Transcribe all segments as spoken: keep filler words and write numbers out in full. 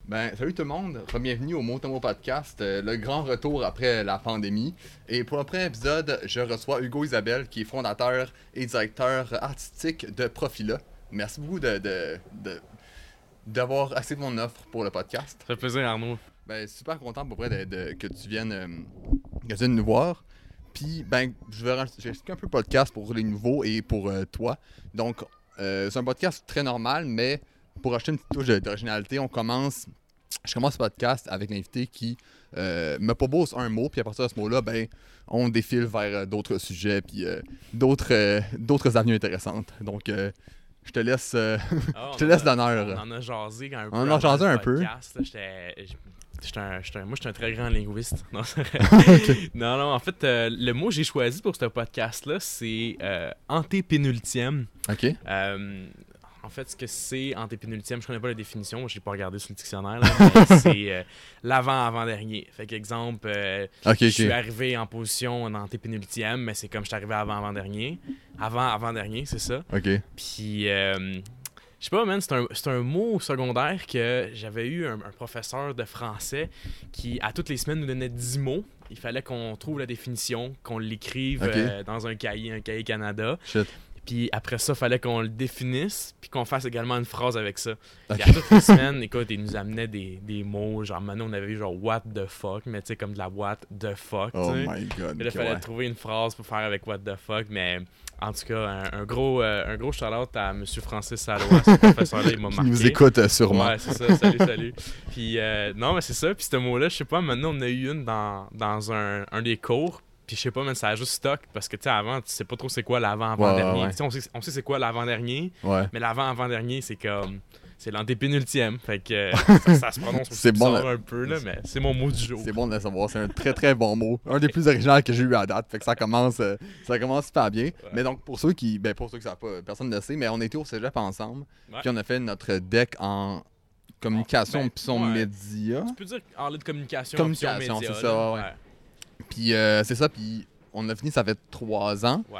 Ben, salut tout le monde, bienvenue au Mot à Mot Podcast, euh, le grand retour après la pandémie. Et pour le premier épisode, je reçois Hugo Isabelle, qui est fondateur et directeur artistique de Profila. Merci beaucoup de, de, de, d'avoir accepté mon offre pour le podcast. Ça fait plaisir, Arnaud. Ben, super content pour vrai de, de, que tu viennes, euh, que tu viennes nous voir. Puis, ben, je vais, je vais expliquer un peu le podcast pour les nouveaux et pour euh, toi. Donc, euh, c'est un podcast très normal, mais pour acheter une petite touche d'originalité, on commence. Je commence ce podcast avec l'invité qui euh, me propose un mot, puis à partir de ce mot-là, ben, on défile vers euh, d'autres sujets, puis euh, d'autres, euh, d'autres avenues intéressantes. Donc, euh, je te laisse, euh, Ah, je te laisse l'honneur. On en a jasé un peu. On en a jasé un peu. Podcast, là, j'étais, j'étais un, j'étais un, moi, j'étais un très grand linguiste. Non, Okay. non, non, en fait, euh, le mot que j'ai choisi pour ce podcast-là, c'est euh, antépénultième. OK. Euh, En fait, ce que c'est antépénultième, je connais pas la définition, je l'ai pas regardé sur le dictionnaire, là, mais c'est euh, l'avant-avant-dernier. Fait qu'exemple, euh, OK, je OK. suis arrivé en position en antépénultième, mais c'est comme je suis arrivé avant-avant-dernier. Avant-avant-dernier, c'est ça. OK. Puis, euh, je sais pas, man, c'est un, c'est un mot au secondaire que j'avais eu un, un professeur de français qui, à toutes les semaines, nous donnait dix mots. Il fallait qu'on trouve la définition, qu'on l'écrive OK. euh, dans un cahier, un cahier Canada. Shit. Puis après ça, il fallait qu'on le définisse, puis qu'on fasse également une phrase avec ça. OK. Puis à toutes les semaines, écoute, il nous amenait des, des mots, genre maintenant on avait eu genre what the fuck, mais tu sais, comme de la what the fuck, tu Oh sais. my God. Puis là, il fallait ouais. trouver une phrase pour faire avec what the fuck, mais en tout cas, un, un gros, euh, un gros shout-out à M. Francis Salois, ce professeur-là, il m'a Qui marqué. nous écoute euh, sûrement. Ouais, c'est ça, salut, salut. Puis euh, non, mais c'est ça, puis ce mot-là, je sais pas, maintenant on a eu une dans, dans un, un des cours. Puis je sais pas, mais ça a juste stock parce que tu sais, avant, tu sais pas trop c'est quoi l'avant-avant-dernier. Ouais, ouais, ouais. Tu sais, on sait, on sait c'est quoi l'avant-dernier, Ouais. mais l'avant-avant-dernier, c'est comme. C'est l'antépénultième. Fait que euh, ça, ça se prononce aussi C'est bon, bizarre là. un peu, là, mais c'est mon mot du jour. C'est bon de le savoir, c'est un très très bon mot. Un des plus originaux que j'ai eu à date, fait que ça commence, euh, ça commence super bien. Mais donc pour ceux qui, ben pour ceux qui savent pas, personne ne le sait, mais on était au cégep ensemble, Ouais. puis on a fait notre deck en communication Ben, puis son ouais. média. Tu peux dire en de communication, Communication, option média, c'est ça, là. ouais. Puis euh, c'est ça, puis on a fini, ça fait trois ans. Ouais.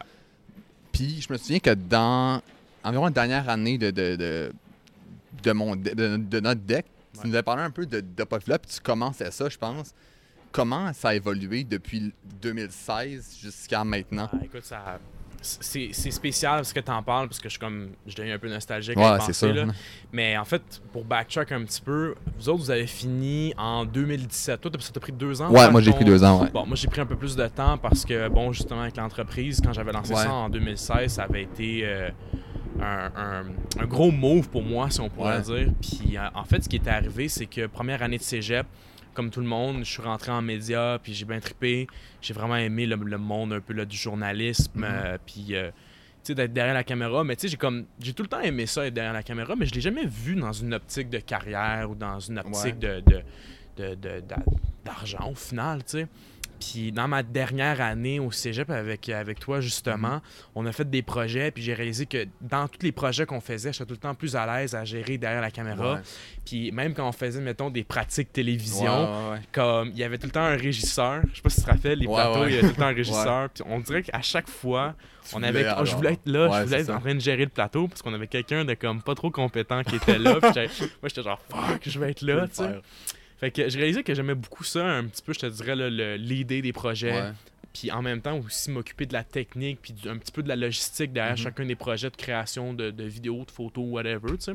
Puis je me souviens que dans environ la dernière année de, de, de, de, mon, de, de- de notre deck, Ouais. tu nous avais parlé un peu de, de Profila, puis tu commençais ça, je pense. Comment ça a évolué depuis deux mille seize jusqu'à maintenant? Ah, écoute, ça. C'est, c'est spécial ce que t'en parles parce que je suis comme. Je deviens un peu nostalgique. Ouais, à y c'est penser, sûr. là. Mais en fait, pour backtrack un petit peu, vous autres, vous avez fini en deux mille dix-sept. Toi, t'as- ça t'a pris deux ans? Ouais, faire moi j'ai ton- pris deux ans, ouais. Bon, moi j'ai pris un peu plus de temps parce que, bon, justement, avec l'entreprise, quand j'avais lancé Ouais. ça en deux mille seize, ça avait été euh, un, un- un gros move pour moi, si on pourrait Ouais. dire. Puis, euh, en fait, ce qui était arrivé, c'est que première année de cégep, comme tout le monde, je suis rentré en médias, puis j'ai bien trippé. J'ai vraiment aimé le, le monde un peu là, du journalisme, Mhm. euh, puis euh, tu sais, d'être derrière la caméra. Mais tu sais, j'ai comme j'ai tout le temps aimé ça, être derrière la caméra, mais je l'ai jamais vu dans une optique de carrière ou dans une optique de, de, de, de- d'a- d'argent au final, tu sais. Puis dans ma dernière année au cégep avec, avec toi, justement, on a fait des projets, puis j'ai réalisé que dans tous les projets qu'on faisait, j'étais tout le temps plus à l'aise à gérer derrière la caméra. Ouais. Puis même quand on faisait, mettons, des pratiques télévision, Ouais, ouais, ouais. comme il y avait tout le temps un régisseur. Je sais pas si tu te rappelles, les Ouais, plateaux, ouais. il y avait tout le temps un régisseur. Puis on dirait qu'à chaque fois, Tu on voulais avait. oh, je voulais être là, Ouais, je voulais c'est être ça. en train de gérer le plateau parce qu'on avait quelqu'un de comme pas trop compétent qui était là. Puis j'étais- moi, j'étais genre, fuck, je vais être Tu peux là, le tu sais. faire. Fait que j'ai réalisé que j'aimais beaucoup ça, un petit peu, je te dirais, là, le l'idée des projets. Ouais. Puis en même temps aussi m'occuper de la technique, puis du- un petit peu de la logistique derrière Mhm. chacun des projets de création de, de vidéos, de photos, whatever, tu sais.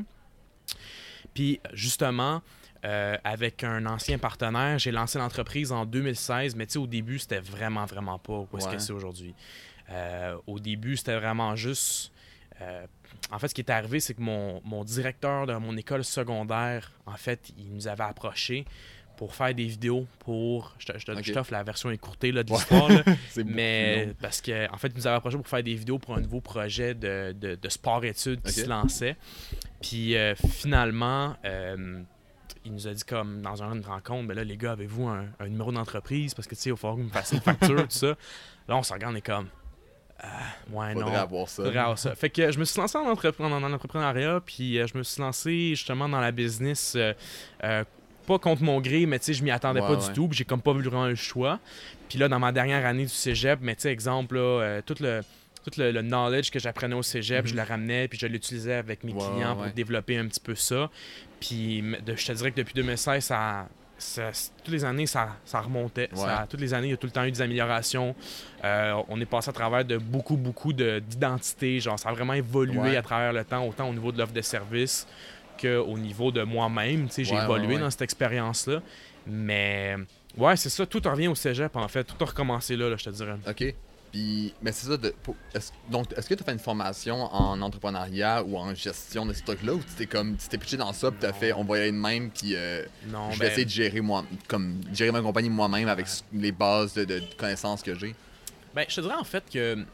Puis justement, euh, avec un ancien partenaire, j'ai lancé l'entreprise en deux mille seize, mais tu sais, au début, c'était vraiment, vraiment pas où est-ce Ouais. que c'est aujourd'hui. Euh, au début, c'était vraiment juste... euh, en fait, ce qui est arrivé, c'est que mon, mon directeur de mon école secondaire, en fait, il nous avait approchés pour faire des vidéos pour... Je te- je te- Ok. je t'offre la version écourtée là, de Ouais. l'histoire, là. C'est beaucoup plus Mais long. parce que en fait, ils nous avaient approché pour faire des vidéos pour un nouveau projet de, de, de sport-études qui Ok. se lançait. Puis euh, finalement, euh, il nous a dit comme dans une rencontre, ben là, les gars, avez-vous un, un numéro d'entreprise? Parce que tu sais, il va falloir que vous me fassiez une facture, tout ça. Là, on se regarde, on est comme. Ah, ouais, Faudrait non. avoir ça. Faudrait avoir ça. Fait que euh, je me suis lancé en, entrepre- en, en entrepreneuriat, puis euh, je me suis lancé justement dans la business. euh, euh, pas contre mon gré, mais tu sais, je m'y attendais Ouais, pas ouais. du tout, puis j'ai comme pas vu vraiment le choix. Puis là, dans ma dernière année du cégep, mais tu sais, exemple, là, euh, tout le, tout le, le knowledge que j'apprenais au cégep, Mm-hmm. je le ramenais, puis je l'utilisais avec mes Ouais, clients ouais, pour ouais. développer un petit peu ça. Puis de, je te dirais que depuis deux mille seize, ça, ça, toutes les années, ça, ça remontait. Ouais. Ça, toutes les années, il y a tout le temps eu des améliorations. Euh, on est passé à travers de beaucoup, beaucoup de, d'identités. Genre, ça a vraiment évolué Ouais. à travers le temps, autant au niveau de l'offre de service qu'au niveau de moi-même. Tu sais, j'ai Ouais, évolué ouais, ouais. dans cette expérience-là. Mais ouais, c'est ça. Tout revient au cégep, en fait. Tout a recommencé là, là je te dirais. OK. Puis, mais c'est ça. De, pour- est-ce, donc, est-ce que tu as fait une formation en entrepreneuriat ou en gestion de ce truc-là ou tu t'es comme, tu t'es pitché dans ça puis tu as Non. fait, on va y aller de même puis euh, Non, je vais ben, essayer de gérer moi, comme gérer ma compagnie moi-même avec les bases de, de connaissances que j'ai. ben, je te dirais en fait que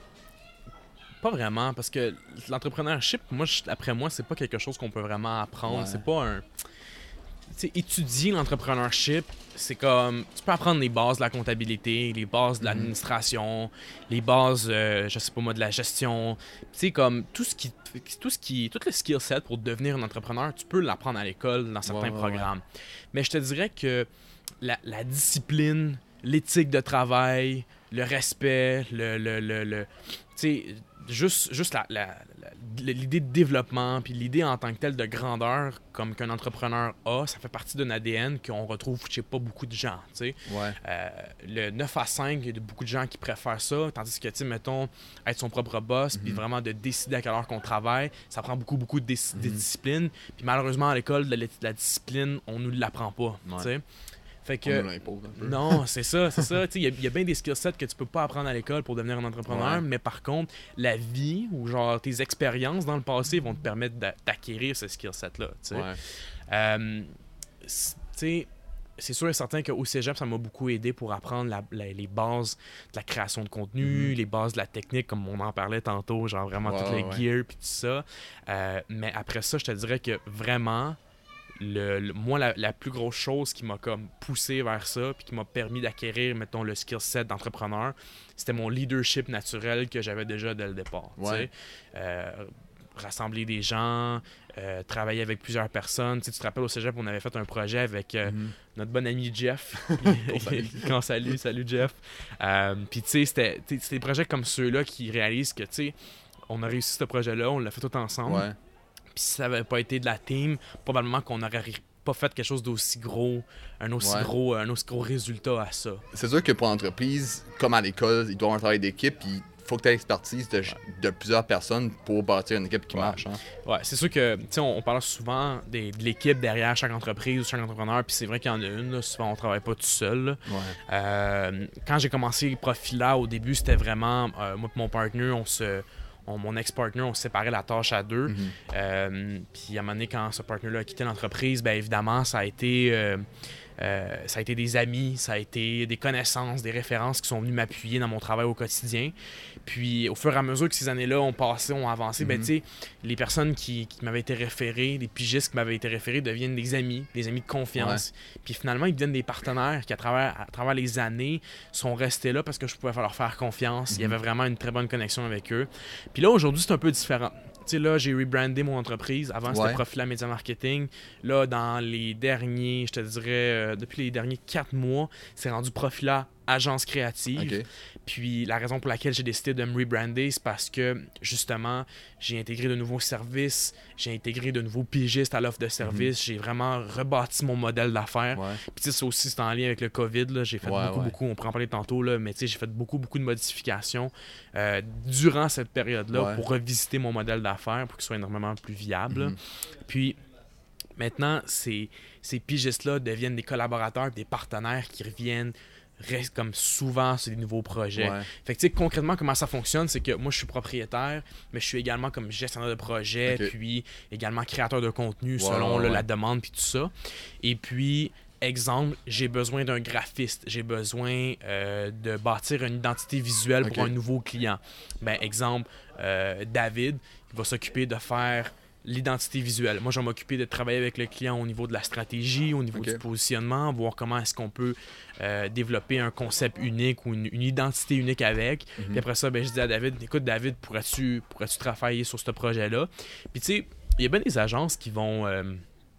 pas vraiment, parce que l'entrepreneurship, moi, je- après moi, c'est pas quelque chose qu'on peut vraiment apprendre. Ouais. C'est pas un. Tu sais, étudier l'entrepreneurship, c'est comme. Tu peux apprendre les bases de la comptabilité, les bases de l'administration, les bases, euh, je sais pas moi, de la gestion. Tu sais, comme tout ce qui. Tout ce qui. Tout le skill set pour devenir un entrepreneur, tu peux l'apprendre à l'école, dans certains Ouais, ouais, programmes. Mais je te dirais que la, la discipline, l'éthique de travail, le respect, le. le, le, le tu sais, juste, juste la, la- la- l'idée de développement, puis l'idée en tant que telle de grandeur, comme qu'un entrepreneur a, ça fait partie d'un A D N qu'on retrouve chez pas beaucoup de gens, tu sais. Ouais. Euh, le neuf à cinq, il y a de- beaucoup de gens qui préfèrent ça, tandis que, tu sais, mettons, être son propre boss, puis vraiment de décider à quelle heure qu'on travaille, ça prend beaucoup, beaucoup de, dé- de discipline. Puis malheureusement, à l'école, de la, de la discipline, on nous l'apprend pas, tu Ouais. sais. Fait On que... nous l'impose un peu. Non, c'est ça, c'est ça. Tu sais, Il y, a- il y a bien des skill sets que tu peux pas apprendre à l'école pour devenir un entrepreneur, Ouais. mais par contre, la vie ou genre tes expériences dans le passé vont te permettre d'a- d'acquérir ce skill set-là. Tu sais. Ouais. Euh, c- tu sais, c'est sûr et certain qu'au cégep, ça m'a beaucoup aidé pour apprendre la- la- les bases de la création de contenu, Mhm. les bases de la technique, comme on en parlait tantôt, genre vraiment Ouais, toutes les ouais, ouais. gears puis tout ça. Euh, mais après ça, je te dirais que vraiment, le, le- moi, la, la plus grosse chose qui m'a comme poussé vers ça, puis qui m'a permis d'acquérir, mettons, le skill set d'entrepreneur, c'était mon leadership naturel que j'avais déjà dès le départ. tu Ouais. sais. Euh, rassembler des gens, euh, travailler avec plusieurs personnes. Tu sais, tu te rappelles, au cégep, on avait fait un projet avec euh, Mhm. notre bon ami Jeff. Qu'on salue. Qu'on salue, salut Jeff. Euh, Puis tu sais, c'était tu sais, c'est des projets comme ceux-là qui réalisent que, tu sais, on a réussi ce projet-là, on l'a fait tout ensemble. Ouais. Puis si ça n'avait pas été de la team, probablement qu'on n'aurait ri- pas fait quelque chose d'aussi gros, un aussi Ouais. gros, un aussi gros résultat à ça. C'est sûr que pour l'entreprise, comme à l'école, il doit y avoir un travail d'équipe, puis il faut que tu aies l'expertise de, de plusieurs personnes pour bâtir une équipe qui Ouais. marche. Hein. Ouais, c'est sûr que, tu sais, on, on parle souvent des- de l'équipe derrière chaque entreprise ou chaque entrepreneur, puis c'est vrai qu'il y en a une, là, souvent on travaille pas tout seul. là. Ouais. Euh, quand j'ai commencé Profila, au début, c'était vraiment, euh, moi et mon partner, on se... on- mon ex-partner, on séparait la tâche à deux. Mhm. Euh, puis à un moment donné, quand ce partner-là a quitté l'entreprise, bien évidemment, ça a été euh, euh, ça a été des amis, ça a été des connaissances, des références qui sont venus m'appuyer dans mon travail au quotidien. Puis au fur et à mesure que ces années-là ont passé, ont avancé, ben Mhm. tu sais, les personnes qui, qui m'avaient été référées, les pigistes qui m'avaient été référés deviennent des amis, des amis de confiance. Puis finalement, ils deviennent des partenaires qui, à travers, à travers les années, sont restés là parce que je pouvais leur faire confiance. Il y Mhm. avait vraiment une très bonne connexion avec eux. Puis là, aujourd'hui, c'est un peu différent. Tu sais, là, j'ai rebrandé mon entreprise. Avant, c'était Ouais. Profila Media Marketing. Là, dans les derniers, je te dirais, euh, depuis les derniers quatre mois, c'est rendu Profila Agence Créative. Ok. Puis la raison pour laquelle j'ai décidé de me rebrander, c'est parce que, justement, j'ai intégré de nouveaux services, j'ai intégré de nouveaux pigistes à l'offre de services, j'ai vraiment rebâti mon modèle d'affaires. Ouais. Puis tu sais, ça aussi, c'est en lien avec le COVID. Là. J'ai fait Ouais, beaucoup, ouais. beaucoup, on pourra en parler tantôt, là, mais tu sais, j'ai fait beaucoup, beaucoup de modifications euh, durant cette période-là Ouais. pour revisiter mon modèle d'affaires pour qu'il soit énormément plus viable. Mhm. Puis maintenant, ces, ces pigistes-là deviennent des collaborateurs, des partenaires qui reviennent restent comme souvent sur des nouveaux projets. Ouais. Fait que tu sais, concrètement, comment ça fonctionne, c'est que moi, je suis propriétaire, mais je suis également comme gestionnaire de projet, Ok. puis également créateur de contenu Ouais, selon ouais, là, ouais. la demande, puis tout ça. Et puis, exemple, j'ai besoin d'un graphiste, j'ai besoin euh, de bâtir une identité visuelle Ok. pour un nouveau client. Ben, exemple, euh, David, il va s'occuper de faire l'identité visuelle. Moi, je vais m'occuper de travailler avec le client au niveau de la stratégie, au niveau Ok. du positionnement, voir comment est-ce qu'on peut euh, développer un concept unique ou une, une identité unique avec. Mhm. Puis après ça, ben, je dis à David, écoute David, pourrais-tu pourrais-tu travailler sur ce projet-là? Puis tu sais, il y a bien des agences qui vont... euh,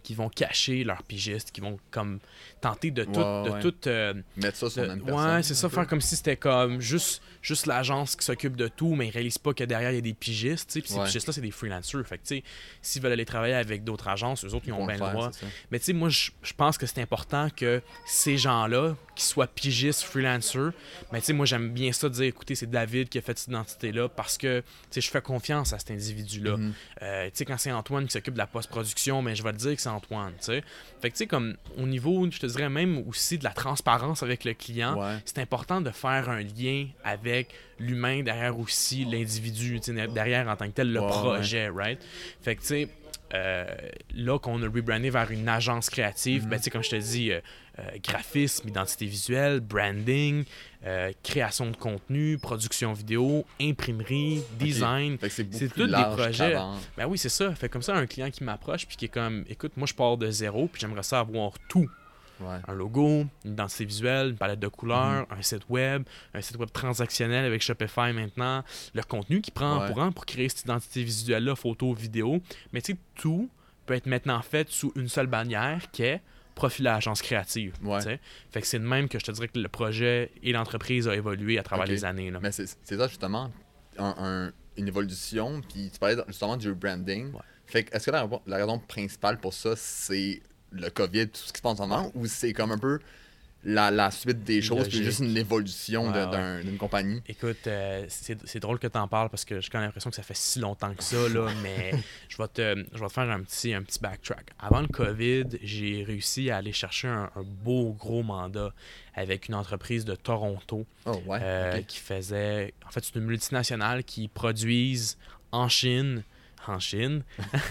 qui vont cacher leurs pigistes, qui vont comme tenter de tout... Ouais, de ouais. tout euh, Mettre ça sur de- la même personne. Ouais, c'est ça, faire comme si c'était comme juste, juste l'agence qui s'occupe de tout, mais ils réalisent pas que derrière, il y a des pigistes, tu sais, puis ces Ouais. pigistes-là, c'est des freelancers. Fait que, tu sais, s'ils veulent aller travailler avec d'autres agences, eux autres, ils ont Pour bien le le faire, droit. c'est ça. Mais tu sais, moi, je je pense que c'est important que ces gens-là, qui soient pigistes, freelancers, mais tu sais, moi, j'aime bien ça de dire, écoutez, c'est David qui a fait cette identité-là parce que, tu sais, je fais confiance à cet individu-là. Mhm. Euh, tu sais, quand c'est Antoine qui s'occupe de la post-production, mais je vais te dire que c'est Antoine, tu sais. Fait que, tu sais, comme au niveau, je te dirais même aussi de la transparence avec le client, Ouais. c'est important de faire un lien avec l'humain derrière aussi l'individu, tu sais, derrière en tant que tel le Ouais, projet, right? Fait que, tu sais, euh, là qu'on a rebrandé vers une agence créative, Mhm. ben, tu sais, comme je te dis, euh, euh, graphisme, identité visuelle, branding, euh, création de contenu, production vidéo, imprimerie, design. Fait que c'est beaucoup C'est plus tous des large projets. qu'avant. Ben oui, c'est ça. Fait comme ça, un client qui m'approche puis qui est comme, écoute, moi je pars de zéro puis j'aimerais ça avoir tout. Ouais. Un logo, une identité visuelle, une palette de couleurs, un site web, un site web transactionnel avec Shopify maintenant, le contenu qui prend Ouais. pour an pour créer cette identité visuelle-là, photo, vidéo. Mais tu sais, tout peut être maintenant fait sous une seule bannière qui est profil à agence créative. Ouais. tu sais. Fait que c'est de même que je te dirais que le projet et l'entreprise a évolué à travers Ok. les années. Là. Mais c'est c'est ça, justement, un, un- une évolution. Puis tu parlais de- justement du rebranding. Ouais. Fait que est-ce que la, la raison principale pour ça, c'est le COVID, tout ce qui se passe en ce moment, ou c'est comme un peu la, la suite des choses, puis Logique. juste une évolution Ouais, de- ouais. d'un- d'une compagnie? Écoute, euh, c'est c'est drôle que tu en parles parce que j'ai quand même l'impression que ça fait si longtemps que ça, là, mais je vais, te, je vais te faire un petit, un petit backtrack. Avant le COVID, j'ai réussi à aller chercher un, un beau gros mandat avec une entreprise de Toronto Oh, ouais. euh, ok. qui faisait... En fait, c'est une multinationale qui produisent en Chine, en Chine,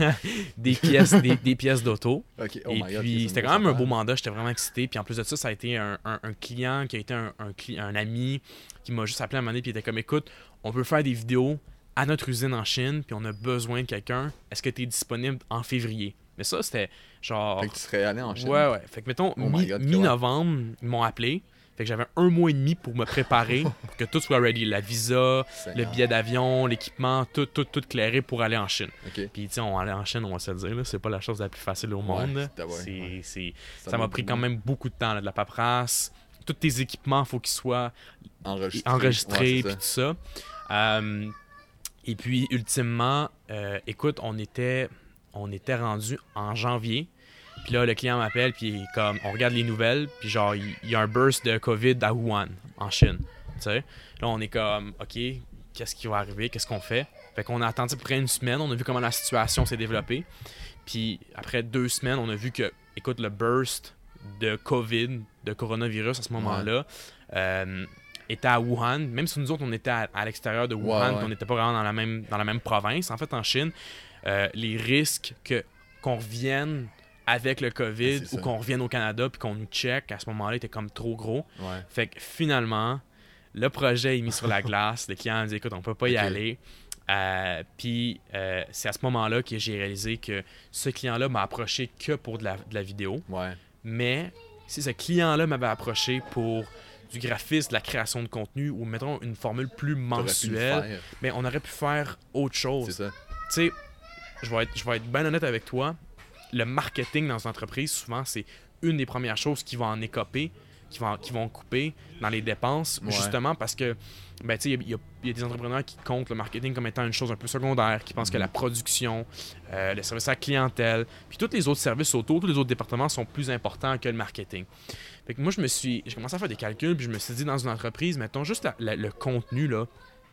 des pièces, des, des pièces d'auto. Ok, oh Et my God, puis, ok, c'est une c'était grosse quand même un affaire. beau mandat. J'étais vraiment excité. Puis, en plus de ça, ça a été un, un- un client qui a été un, un, cli- un ami qui m'a juste appelé à un moment donné. Puis, il était comme, écoute, on veut faire des vidéos à notre usine en Chine. Puis, on a besoin de quelqu'un. Est-ce que tu es disponible en février? Mais ça, c'était genre. Fait que tu serais allé en Chine. Ouais, ouais. Fait que, mettons, Oh my mi- God, mi-novembre, ils m'ont appelé. Fait que j'avais un mois et demi pour me préparer, pour que tout soit ready. La visa, le Seigneur. billet d'avion, l'équipement, tout, tout, tout clairé pour aller en Chine. Ok. Puis, tu sais, on allait en Chine, on va se le dire, là, c'est pas la chose la plus facile au monde. là. c'était- ouais, C'est- ouais. c'est- Ça ça m'a vaut pris le quand coup. même beaucoup de temps, là, de la paperasse. Tous tes équipements, il faut qu'ils soient Enregistré. enregistrés, Ouais, puis c'est tout ça. Euh, et puis, ultimement, euh, écoute, on était, on était rendu en janvier. Puis là, le client m'appelle, puis il est comme, on regarde les nouvelles, puis genre, il, il y a un burst de COVID à Wuhan, en Chine. Tu sais? Là, on est comme, OK, qu'est-ce qui va arriver? Qu'est-ce qu'on fait? Fait qu'on a attendu à peu près une semaine, on a vu comment la situation s'est développée. Puis après deux semaines, on a vu que, écoute, le burst de COVID, de coronavirus à ce moment-là, euh, était à Wuhan. Même si nous autres, on était à, à l'extérieur de Wuhan, Ouais, puis ouais. on n'était pas vraiment dans la même, dans la même province. En fait, en Chine, euh, les risques que, qu'on revienne avec le COVID Ah, c'est ou ça. qu'on revienne au Canada puis qu'on nous check, à ce moment-là, était comme trop gros. Ouais. Fait que finalement, le projet est mis sur la glace. Le client a dit, écoute, on peut pas y Ok. aller. Euh, puis euh, c'est à ce moment-là que j'ai réalisé que ce client-là m'a approché que pour de la, de la vidéo. Ouais. Mais si ce client-là m'avait approché pour du graphisme, de la création de contenu ou mettons une formule plus T'aurais pu le mensuelle, faire. ben, on aurait pu faire autre C'est chose. ça. Tu sais, je vais être, je vais être bien honnête avec toi. Le marketing dans une entreprise, souvent, c'est une des premières choses qui vont en écoper, qui vont, qui vont couper dans les dépenses, Ouais. justement parce que, ben, tu sais, il y, a- il y a des entrepreneurs qui comptent le marketing comme étant une chose un peu secondaire, qui pensent que Mhm. la production, euh, le service à la clientèle, puis tous les autres services autour, tous les autres départements sont plus importants que le marketing. Fait que moi, je me suis, j'ai commencé à faire des calculs, puis je me suis dit, dans une entreprise, mettons juste la- la- le contenu, là,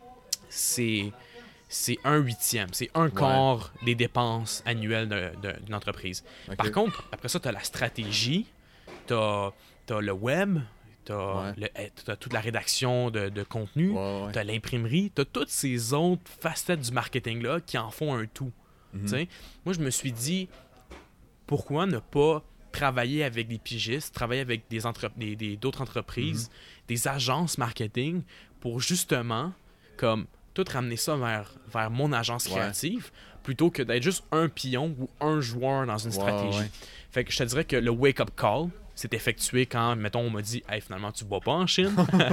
c'est c'est un huitième, c'est un quart des dépenses annuelles de- de- d'une entreprise. Ok. Par contre, après ça, tu as la stratégie, tu as, le web, tu as, Ouais. toute la rédaction de, de contenu, Ouais, ouais. tu as l'imprimerie, tu as toutes ces autres facettes du marketing-là qui en font un tout. Mhm. Tu sais, moi, je me suis dit, pourquoi ne pas travailler avec des pigistes, travailler avec des entre- des- des- d'autres entreprises, des agences marketing pour justement comme tout ramener ça vers, vers mon agence Ouais. créative plutôt que d'être juste un pion ou un joueur dans une Ouais, stratégie. ouais. Fait que je te dirais que le wake-up call, s'est effectué quand, mettons, on m'a dit « Hey, finalement, tu ne vas pas en Chine. »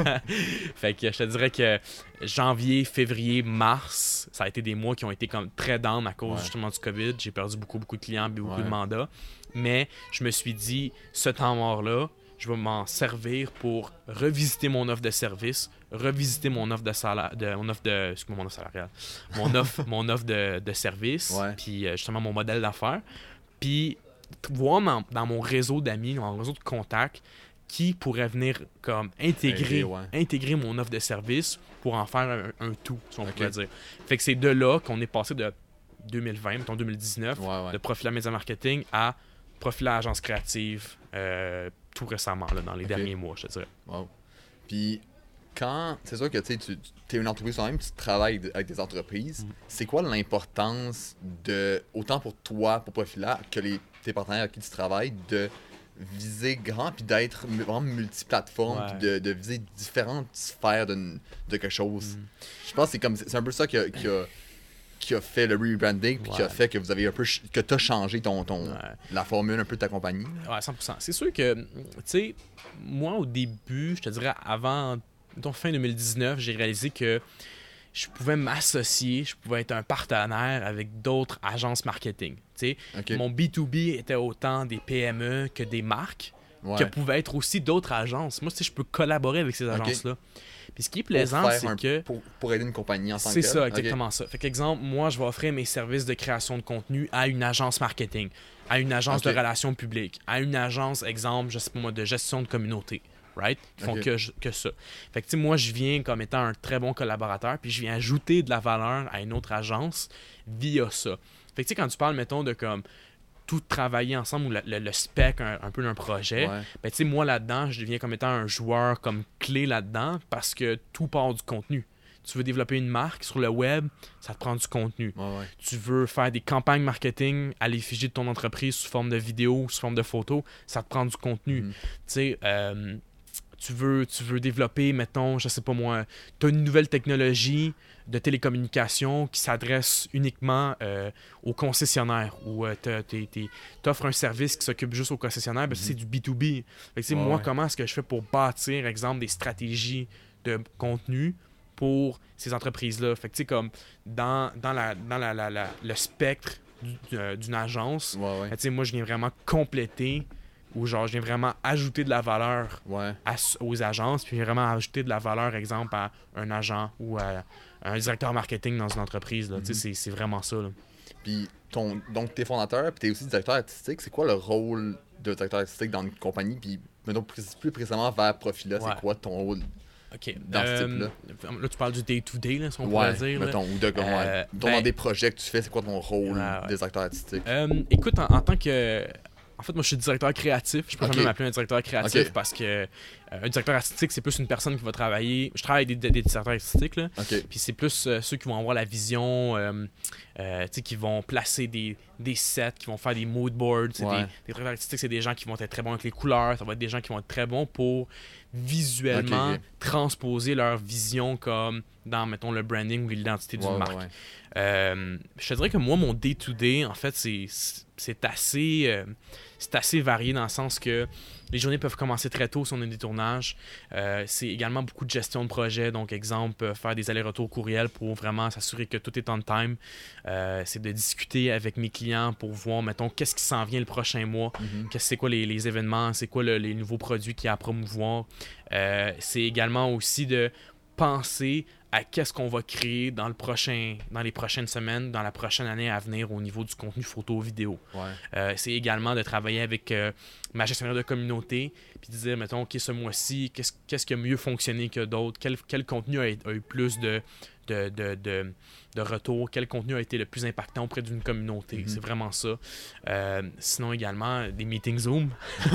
Fait que je te dirais que janvier, février, mars, ça a été des mois qui ont été comme très down à cause ouais. justement du COVID. J'ai perdu beaucoup, beaucoup de clients, beaucoup ouais. de mandats. Mais je me suis dit, ce temps mort-là, je vais m'en servir pour revisiter mon offre de service, revisiter mon offre de salaire, de, mon offre de, excuse-moi, mon offre salariale, mon offre, mon offre de, de service, ouais. puis justement mon modèle d'affaires, puis voir mon, dans mon réseau d'amis, dans mon réseau de contacts, qui pourrait venir comme intégrer, Aider, ouais. intégrer mon offre de service pour en faire un, un tout, si on okay. pourrait dire. Fait que c'est de là qu'on est passé de deux mille vingt, mettons deux mille dix-neuf, ouais, ouais. de Profila Media Marketing à Profila Agence Créative, euh, tout récemment, là, dans les okay. derniers mois, je te dirais. Wow. Puis, quand, c'est sûr que tu es une entreprise toi-même, tu travailles avec des entreprises, mm. c'est quoi l'importance de, autant pour toi, pour Profila, que les, tes partenaires avec qui tu travailles, de viser grand puis d'être vraiment multiplateforme ouais. puis de, de viser différentes sphères de, de quelque chose. Mm. Je pense que c'est comme c'est un peu ça qui a, qui a, qui a fait le rebranding puis ouais. qui a fait que vous avez un peu que tu as changé ton, ton ouais. la formule un peu de ta compagnie. Ouais, cent pour cent. C'est sûr que tu sais moi au début, je te dirais avant mettons, fin deux mille dix-neuf, j'ai réalisé que je pouvais m'associer, je pouvais être un partenaire avec d'autres agences marketing. Okay. Mon B deux B était autant des P M E que des marques, ouais. que pouvaient être aussi d'autres agences. Moi, je peux collaborer avec ces agences-là. Okay. Puis ce qui est plaisant, c'est un, que... Pour, pour aider une compagnie en tant que C'est ça, exactement okay. ça. Fait qu'exemple, moi, je vais offrir mes services de création de contenu à une agence marketing, à une agence okay. de relations publiques, à une agence, exemple, je sais pas moi, de gestion de communauté. Right? Qui font okay. que, que ça. Fait que, tu sais, moi, je viens comme étant un très bon collaborateur, puis je viens ajouter de la valeur à une autre agence via ça. Fait que, tu sais, quand tu parles, mettons, de comme tout travailler ensemble ou le, le, le spec un, un peu d'un projet, ouais. ben, tu sais, moi, là-dedans, je deviens comme étant un joueur comme clé là-dedans parce que tout part du contenu. Tu veux développer une marque sur le web, ça te prend du contenu. Ouais, ouais. Tu veux faire des campagnes marketing à l'effigie de ton entreprise sous forme de vidéo, sous forme de photo, ça te prend du contenu. Mm-hmm. Tu sais, euh, Tu veux, tu veux développer, mettons, je sais pas moi, tu as une nouvelle technologie de télécommunication qui s'adresse uniquement euh, aux concessionnaires ou euh, tu offres un service qui s'occupe juste aux concessionnaires, ben, mm-hmm. c'est du B deux B. Fait que, ouais, moi, ouais. comment est-ce que je fais pour bâtir, exemple, des stratégies de contenu pour ces entreprises-là? Fait que, tu sais, comme dans, dans, la, dans la, la, la, le spectre d'une agence, ouais, ouais. Ben, tu sais, moi, je viens vraiment compléter où genre je viens vraiment ajouter de la valeur ouais. à, aux agences, puis vraiment ajouter de la valeur, exemple, à un agent ou à un directeur marketing dans une entreprise. Là. Mm-hmm. C'est, c'est vraiment ça. Là. Puis, ton, donc, t'es fondateur, puis t'es aussi directeur artistique. C'est quoi le rôle de directeur artistique dans une compagnie? Puis, mettons, plus précisément vers Profila, ouais. c'est quoi ton rôle okay. dans euh, ce type-là? Là, tu parles du day-to-day, là, si on ouais, pourrait dire. Mettons, ou de, euh, ouais. ben, dans des projets que tu fais, c'est quoi ton rôle ouais, de directeur artistique? Euh, écoute, en, en tant que... En fait, moi, je suis directeur créatif. Je peux okay. jamais m'appeler un directeur créatif okay. parce que euh, un directeur artistique, c'est plus une personne qui va travailler. Je travaille avec des, des directeurs artistiques, là. Okay. Puis c'est plus euh, ceux qui vont avoir la vision, euh, euh, tu sais, qui vont placer des, des sets, qui vont faire des mood boards. Ouais. Des, des directeurs artistiques, c'est des gens qui vont être très bons avec les couleurs. Ça va être des gens qui vont être très bons pour visuellement okay, okay. transposer leur vision comme dans, mettons, le branding ou l'identité d'une ouais, marque. Ouais. Euh, je te dirais que moi, mon day-to-day, en fait, c'est, c'est assez euh, c'est assez varié dans le sens que les journées peuvent commencer très tôt si on a des tournages. Euh, c'est également beaucoup de gestion de projet. Donc, exemple, faire des allers-retours courriels pour vraiment s'assurer que tout est on time. Euh, c'est de discuter avec mes clients pour voir, mettons, qu'est-ce qui s'en vient le prochain mois. Mm-hmm. Qu'est-ce, c'est quoi les, les événements, c'est quoi le, les nouveaux produits qu'il y a à promouvoir. Euh, c'est également aussi de penser à qu'est-ce qu'on va créer dans le prochain, dans les prochaines semaines, dans la prochaine année à venir au niveau du contenu photo vidéo. Ouais. Euh, c'est également de travailler avec euh, ma gestionnaire de communauté puis de dire, mettons, OK, ce mois-ci, qu'est-ce, qu'est-ce qui a mieux fonctionné que d'autres? Quel, quel contenu a, a eu plus de, de, de, de, de retour? Quel contenu a été le plus impactant auprès d'une communauté? Mm-hmm. C'est vraiment ça. Euh, sinon, également, des meetings Zoom.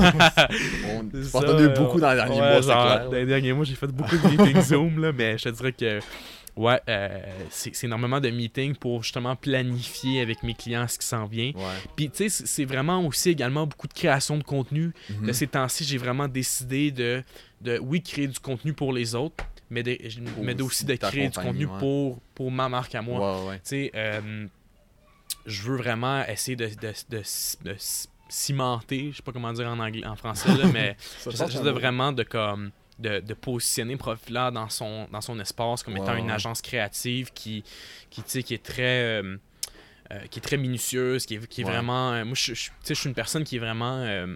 On a eu beaucoup dans les derniers ouais, mois, genre, c'est clair. Dans les derniers mois, j'ai fait beaucoup de meetings Zoom, là, mais je te dirais que ouais, euh, c'est, c'est énormément de meetings pour justement planifier avec mes clients ce qui s'en vient. Ouais. Puis, tu sais, c'est, c'est vraiment aussi également beaucoup de création de contenu. Mm-hmm. De ces temps-ci, j'ai vraiment décidé de, de, oui, créer du contenu pour les autres, mais, de, mais aussi de créer du contenu ouais. pour, pour ma marque à moi. Ouais, ouais. Tu sais, euh, je veux vraiment essayer de, de, de, de cimenter, je sais pas comment dire en anglais, en français, là, mais j'essaie de vraiment de comme de, de positionner Profileur dans son dans son espace comme ouais, étant ouais. une agence créative qui qui tu sais qui est très euh, euh, qui est très minutieuse, qui est, qui est ouais. vraiment euh, moi je je je suis une personne qui est vraiment euh,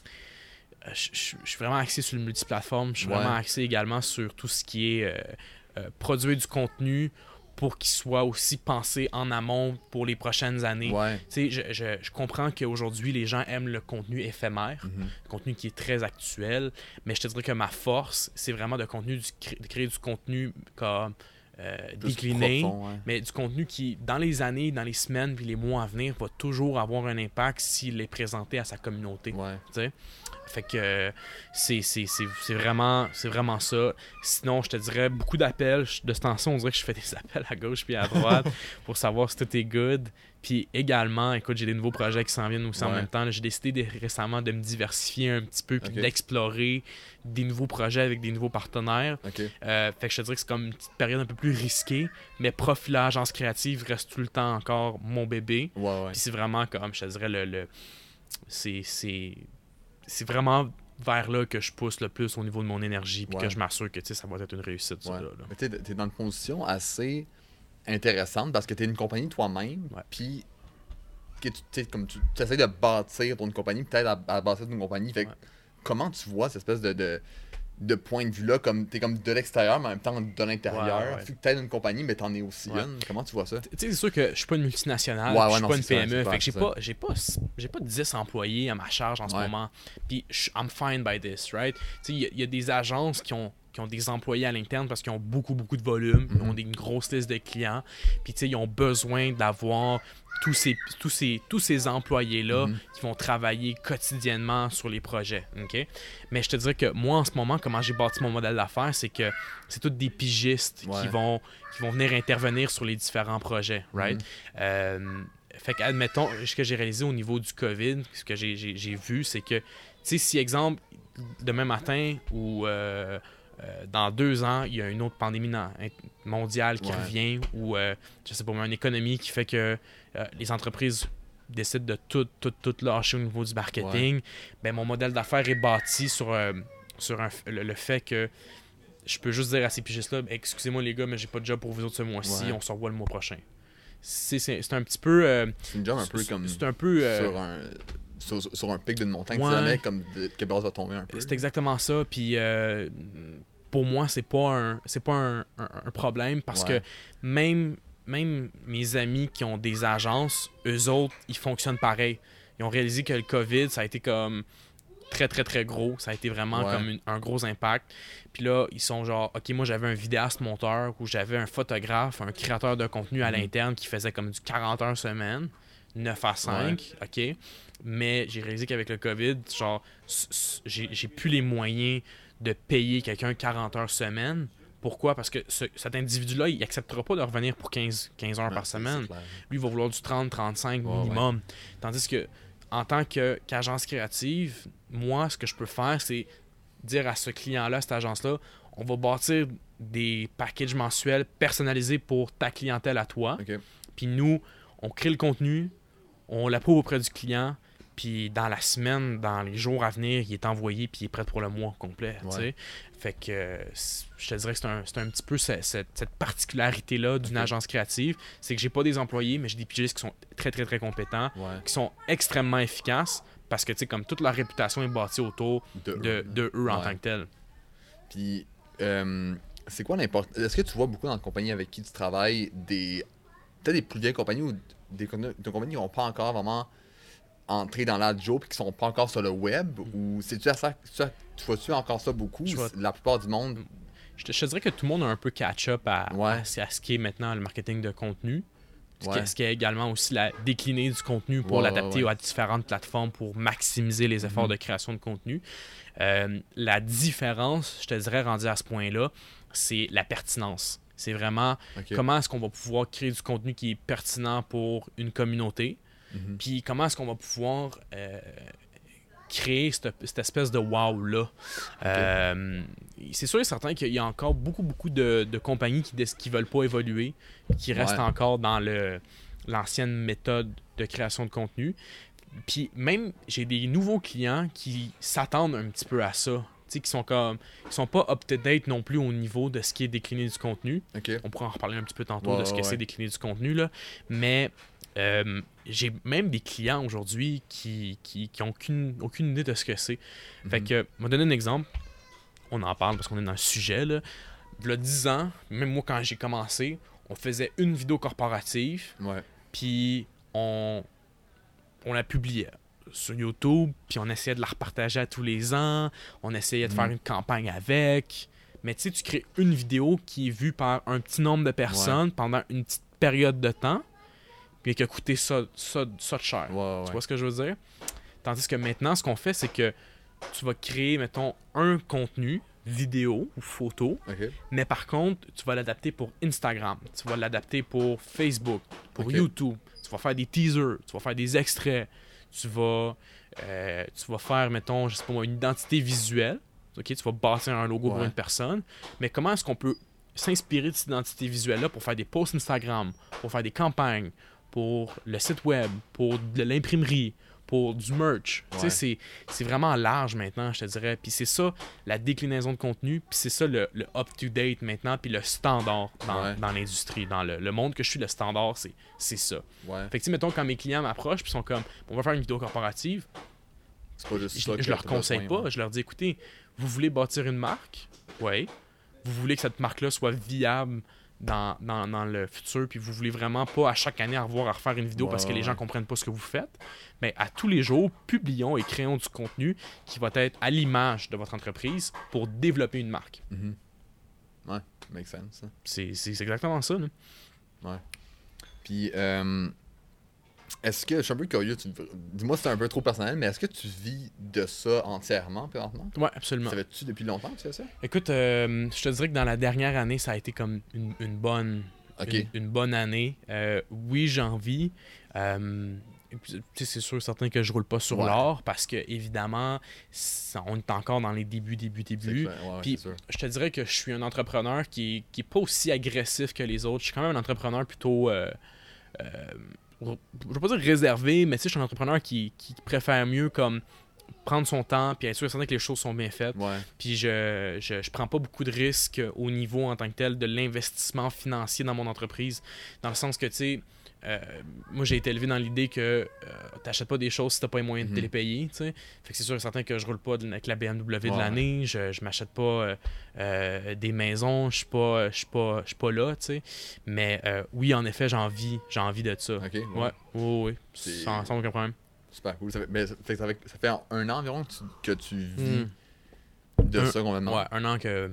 je, je, je suis vraiment axé sur le multiplateforme, je suis ouais. vraiment axé également sur tout ce qui est euh, euh, produire du contenu pour qu'il soit aussi pensé en amont pour les prochaines années. Ouais. Je, je, je comprends qu'aujourd'hui, les gens aiment le contenu éphémère, mm-hmm. le contenu qui est très actuel, mais je te dirais que ma force, c'est vraiment de, contenu du, de créer du contenu comme euh, décliné, profond, ouais. mais du contenu qui, dans les années, dans les semaines puis les mois à venir, va toujours avoir un impact s'il est présenté à sa communauté. Ouais. T'sais? Fait que euh, c'est, c'est, c'est, c'est, vraiment, c'est vraiment ça. Sinon, je te dirais beaucoup d'appels. De ce temps-ci, on dirait que je fais des appels à gauche puis à droite pour savoir si tout est good. Puis également, écoute, j'ai des nouveaux projets qui s'en viennent aussi ouais. en même temps. Là, j'ai décidé de, récemment de me diversifier un petit peu puis okay. d'explorer des nouveaux projets avec des nouveaux partenaires. Okay. Euh, fait que je te dirais que c'est comme une petite période un peu plus risquée, mais Profileur, agence créative reste tout le temps encore mon bébé. Ouais, ouais. Puis c'est vraiment comme, je te dirais, le, le c'est, c'est, c'est vraiment vers là que je pousse le plus au niveau de mon énergie puis ouais. que je m'assure que ça va être une réussite. Ouais. Là, là. Mais tu es dans une position assez intéressante parce que tu es une compagnie toi-même, ouais. puis que tu comme tu essaies de bâtir ton compagnie, peut-être à, à bâtir ton compagnie. Fait que, ouais. comment tu vois cette espèce de, de, de point de vue-là, comme tu es comme de l'extérieur, mais en même temps de l'intérieur? Ouais, ouais. Fait que tu es une compagnie, mais tu en es aussi ouais. une. Comment tu vois ça? Tu sais, c'est sûr que je suis pas une multinationale, ouais, ouais, je suis non, pas une ça, P M E, ça, fait que j'ai ça. pas, j'ai pas, j'ai pas dix employés à ma charge en ce ouais. moment. Puis I'm fine by this, right? Tu sais, il y, y a des agences qui ont qui ont des employés à l'interne parce qu'ils ont beaucoup, beaucoup de volume, mm-hmm. ils ont des, une grosse liste de clients, puis tu sais, ils ont besoin d'avoir tous ces, tous ces, tous ces employés-là mm-hmm. qui vont travailler quotidiennement sur les projets, ok? Mais je te dirais que moi, en ce moment, comment j'ai bâti mon modèle d'affaires, c'est que c'est tous des pigistes ouais. qui, vont, qui vont venir intervenir sur les différents projets, right? Mm-hmm. Euh, fait qu'admettons, ce que j'ai réalisé au niveau du COVID, ce que j'ai, j'ai, j'ai vu, c'est que, tu sais, si, exemple, demain matin ou... Euh, Euh, dans deux ans, il y a une autre pandémie mondiale qui ouais. revient ou, euh, je sais pas, une économie qui fait que euh, les entreprises décident de tout, tout, tout lâcher au niveau du marketing. Ouais. Ben, mon modèle d'affaires est bâti sur, euh, sur un, le, le fait que je peux juste dire à ces pigistes-là, excusez-moi les gars, mais j'ai pas de job pour vous autres ce mois-ci, ouais. on se revoit le mois prochain. C'est, c'est, c'est un petit peu... Euh, c'est une job un peu comme... C'est un peu... Euh, sur un... Sur, sur un pic d'une montagne, ouais. tu savais comme de, que base va tomber un peu. C'est exactement ça. Puis euh, pour moi, c'est pas un, c'est pas un, un, un problème parce ouais. que même, même mes amis qui ont des agences, eux autres, ils fonctionnent pareil. Ils ont réalisé que le COVID, ça a été comme très, très, très gros. Ça a été vraiment ouais. comme une, un gros impact. Puis là, ils sont genre, OK, moi, j'avais un vidéaste monteur ou j'avais un photographe, un créateur de contenu à mm-hmm. l'interne qui faisait comme du quarante heures semaine, neuf à cinq, ouais. OK? Mais j'ai réalisé qu'avec le COVID, genre, j'ai, j'ai plus les moyens de payer quelqu'un quarante heures semaine. Pourquoi? Parce que ce, cet individu-là, il n'acceptera pas de revenir pour quinze, quinze heures ouais, par semaine. Lui, il va vouloir du trente à trente-cinq ouais, minimum. Ouais. Tandis que, en tant que, qu'agence créative, moi, ce que je peux faire, c'est dire à ce client-là, cette agence-là, on va bâtir des packages mensuels personnalisés pour ta clientèle à toi. Okay. Puis nous, on crée le contenu, on l'approuve auprès du client, puis dans la semaine, dans les jours à venir, il est envoyé puis il est prêt pour le mois complet. Ouais. Fait que euh, je te dirais que c'est un, c'est un petit peu cette, cette, cette particularité-là d'une okay. agence créative. C'est que j'ai pas des employés, mais j'ai des pigistes qui sont très, très, très compétents, ouais. qui sont extrêmement efficaces parce que, tu sais, comme toute leur réputation est bâtie autour de, de, eux, de eux en ouais. tant que tels. Puis, euh, c'est quoi l'importance? Est-ce que tu vois beaucoup dans la compagnie avec qui tu travailles des peut-être des plus vieilles compagnies ou des, des compagnies qui n'ont pas encore vraiment entré dans l'ad job et qui sont pas encore sur le web, mm. ou c'est-tu à ça, tu, tu vois-tu encore ça beaucoup? Vois... La plupart du monde... Je, te, je te dirais que tout le monde a un peu catch-up à, ouais. à, à ce qui est maintenant le marketing de contenu. Ce, ouais. qui, ce qui est également aussi la décliner du contenu pour ouais, l'adapter ouais, ouais. à différentes plateformes pour maximiser les efforts mm-hmm. de création de contenu. Euh, la différence, je te dirais, rendue à ce point-là, c'est la pertinence. C'est vraiment okay. comment est-ce qu'on va pouvoir créer du contenu qui est pertinent pour une communauté. Mm-hmm. Puis comment est-ce qu'on va pouvoir euh, créer cette, cette espèce de wow-là. Okay. Euh, c'est sûr et certain qu'il y a encore beaucoup, beaucoup de, de compagnies qui ne veulent pas évoluer, qui restent ouais. encore dans le, l'ancienne méthode de création de contenu. Puis même, j'ai des nouveaux clients qui s'attendent un petit peu à ça. Tu sais, qui sont comme, qui sont pas up-to-date non plus au niveau de ce qui est décliné du contenu. Okay. On pourra en reparler un petit peu tantôt ouais, de ce que ouais. c'est décliné du contenu, là. Mais euh, j'ai même des clients aujourd'hui qui, qui, qui ont aucune, aucune idée de ce que c'est. Mm-hmm. Fait que, je vais donner un exemple. On en parle parce qu'on est dans le sujet, là. Il y a dix ans, même moi quand j'ai commencé, on faisait une vidéo corporative. Ouais. Puis on, on la publiait sur YouTube, puis on essayait de la repartager à tous les ans, on essayait de mmh. faire une campagne avec. Mais tu sais, tu crées une vidéo qui est vue par un petit nombre de personnes ouais. pendant une petite période de temps, puis qui a coûté ça, ça, ça de cher. Ouais, ouais. Tu vois ce que je veux dire? Tandis que maintenant, ce qu'on fait, c'est que tu vas créer, mettons, un contenu, vidéo ou photo, okay. mais par contre, tu vas l'adapter pour Instagram, tu vas l'adapter pour Facebook, pour okay. YouTube, tu vas faire des teasers, tu vas faire des extraits, tu vas, euh, tu vas faire, mettons, je sais pas moi, une identité visuelle, ok, tu vas bâtir un logo ouais. pour une personne, mais comment est-ce qu'on peut s'inspirer de cette identité visuelle-là pour faire des posts Instagram, pour faire des campagnes, pour le site web, pour de l'imprimerie, pour du merch. Ouais. Tu sais, c'est, c'est vraiment large maintenant, je te dirais. Puis c'est ça, la déclinaison de contenu, puis c'est ça le, le up-to-date maintenant, puis le standard dans, ouais. dans l'industrie. Dans le, le monde que je suis, le standard, c'est, c'est ça. Ouais. Fait que, tu sais, mettons, quand mes clients m'approchent, puis sont comme, on va faire une vidéo corporative, c'est pas juste je, ça je leur conseille pas. Ouais. Je leur dis, écoutez, vous voulez bâtir une marque? Oui. Vous voulez que cette marque-là soit viable Dans, dans, dans le futur, puis vous voulez vraiment pas à chaque année revoir à refaire une vidéo ouais, parce que les ouais. gens comprennent pas ce que vous faites, mais à tous les jours, publions et créons du contenu qui va être à l'image de votre entreprise pour développer une marque. Mm-hmm. Ouais, make sense. Hein? C'est, c'est, c'est exactement ça. Là. Ouais. Puis, euh, est-ce que, je suis un peu curieux, tu, dis-moi si c'est un peu trop personnel, mais est-ce que tu vis de ça entièrement, présentement? Oui, absolument. Ça fait-tu depuis longtemps que tu fais ça? Écoute, euh, je te dirais que dans la dernière année, ça a été comme une, une bonne okay. une, une bonne année. Euh, oui, j'en vis. Euh, c'est sûr certain que je roule pas sur ouais. l'or parce que, évidemment, on est encore dans les débuts, débuts, débuts. Ouais, Puis, je te dirais que je suis un entrepreneur qui, qui est pas aussi agressif que les autres. Je suis quand même un entrepreneur plutôt... Euh, euh, je veux pas dire réservé, mais tu sais, je suis un entrepreneur qui, qui préfère mieux comme prendre son temps puis être sûr certain que les choses sont bien faites. Ouais. Puis je, je je prends pas beaucoup de risques au niveau en tant que tel de l'investissement financier dans mon entreprise, dans le sens que tu sais euh, moi j'ai été élevé dans l'idée que euh, t'achètes pas des choses si t'as pas les moyens mm-hmm. de te les payer, tu sais. Fait que c'est sûr et certain que je roule pas avec la B M W ouais. de l'année, je, je m'achète pas euh, euh, des maisons, je suis pas je suis pas je suis pas là, tu sais. Mais euh, oui, en effet, j'ai envie, j'ai envie de ça. Okay, ouais. Ouais, oui, oui, sans, sans aucun problème. Super cool. Ça fait, mais ça fait, ça fait, ça fait un an environ que tu, que tu vis mm. de un, ça complètement. Ouais, un an que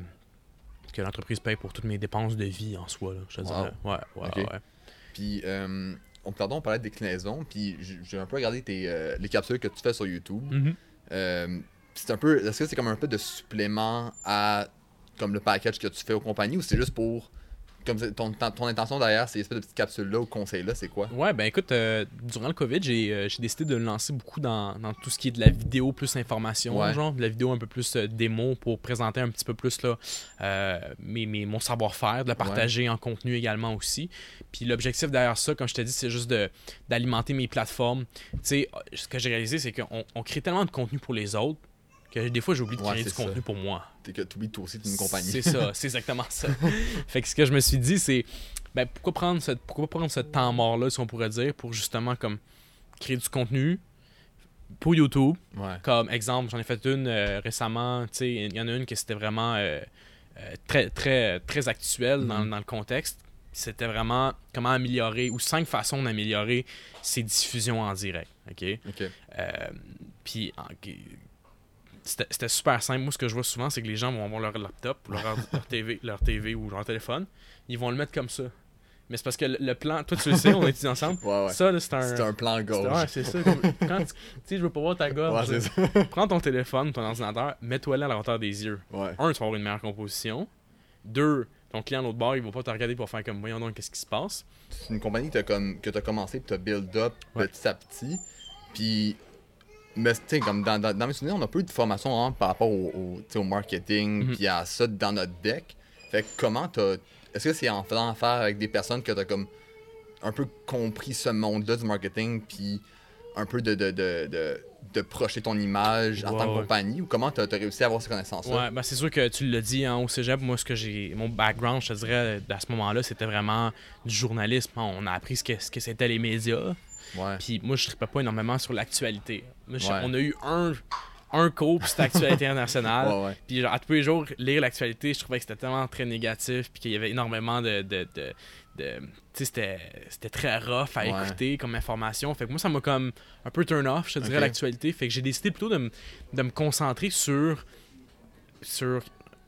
que l'entreprise paye pour toutes mes dépenses de vie en soi, là, je te wow. dirais. Ouais, ouais, okay. ouais. Puis, euh, on, pardon, on parlait de déclinaison, puis j'ai un peu regardé tes, euh, les capsules que tu fais sur YouTube. Mm-hmm. Euh, c'est un peu, est-ce que c'est comme un peu de supplément à comme le package que tu fais aux compagnies ou c'est juste pour... Comme ton, ton intention derrière ces espèces de petites capsules-là ou conseils-là, c'est quoi? Ouais, ben écoute, euh, durant le COVID, j'ai, euh, j'ai décidé de me lancer beaucoup dans, dans tout ce qui est de la vidéo plus information, ouais. genre de la vidéo un peu plus euh, démo pour présenter un petit peu plus là, euh, mes, mes, mon savoir-faire, de la partager ouais. en contenu également aussi. Puis l'objectif derrière ça, comme je t'ai dit, c'est juste de, d'alimenter mes plateformes. Tu sais, ce que j'ai réalisé, c'est qu'on on crée tellement de contenu pour les autres que des fois, j'oublie de créer ouais, du contenu ça. pour moi. T'es que tu oublies toi aussi, t'es une compagnie. C'est ça, c'est exactement ça. Fait que ce que je me suis dit, c'est ben, pourquoi prendre ce, pourquoi prendre ce temps mort-là, si on pourrait dire, pour justement comme créer du contenu pour YouTube. Ouais. Comme exemple, j'en ai fait une euh, récemment, tu sais, il y en a une qui c'était vraiment euh, euh, très, très, très actuelle mm-hmm. dans, dans le contexte. C'était vraiment comment améliorer, ou cinq façons d'améliorer ses diffusions en direct. OK? OK. Euh, Puis... C'était, c'était super simple. Moi, ce que je vois souvent, c'est que les gens vont avoir leur laptop, leur, leur, T V, leur T V ou leur téléphone. Ils vont le mettre comme ça. Mais c'est parce que le, le plan... Toi, tu le sais, on a étudié ensemble. Ouais, ouais. Ça, là, c'est un... C'est un plan gauche. Ouais, c'est ça. Comme, quand tu sais, je veux pas voir ta gorge. Ouais, c'est ça. Prends ton téléphone, ton ordinateur, mets-toi là à la hauteur des yeux. Ouais. Un, tu vas avoir une meilleure composition. Deux, ton client à l'autre bord, il va pas te regarder pour faire comme, voyons donc, qu'est-ce qui se passe. C'est une compagnie que t'as, comme, que t'as commencé et t'as build up ouais. petit à petit. Puis... Mais tu sais, comme dans, dans, dans mes souvenirs, on a peu de formation hein, par rapport au, au, au marketing, puis mm-hmm. à ça dans notre deck. Fait que comment t'as... Est-ce que c'est en faisant affaire avec des personnes que t'as comme un peu compris ce monde-là du marketing, puis un peu de, de, de, de, de projeter ton image en Ouais, tant que ouais. compagnie, ou comment tu as réussi à avoir ces connaissances-là? Ouais, ben c'est sûr que tu l'as dit hein, au cégep, moi, ce que j'ai. Mon background, je te dirais, à ce moment-là, c'était vraiment du journalisme. On a appris ce que, ce que c'était les médias. Ouais. Puis moi, je ne tripais pas énormément sur l'actualité. Moi, je- Ouais. On a eu un, un cours, puis c'était actualité internationale. Ouais, ouais. Puis genre, à tous les jours, lire l'actualité, je trouvais que c'était tellement très négatif, puis qu'il y avait énormément de. de, de, de- tu sais, c'était, c'était très rough à Ouais. écouter comme information. Fait que moi, ça m'a comme un peu turn off, je te dirais, Ok. l'actualité. Fait que j'ai décidé plutôt de, me- de me concentrer sur. sur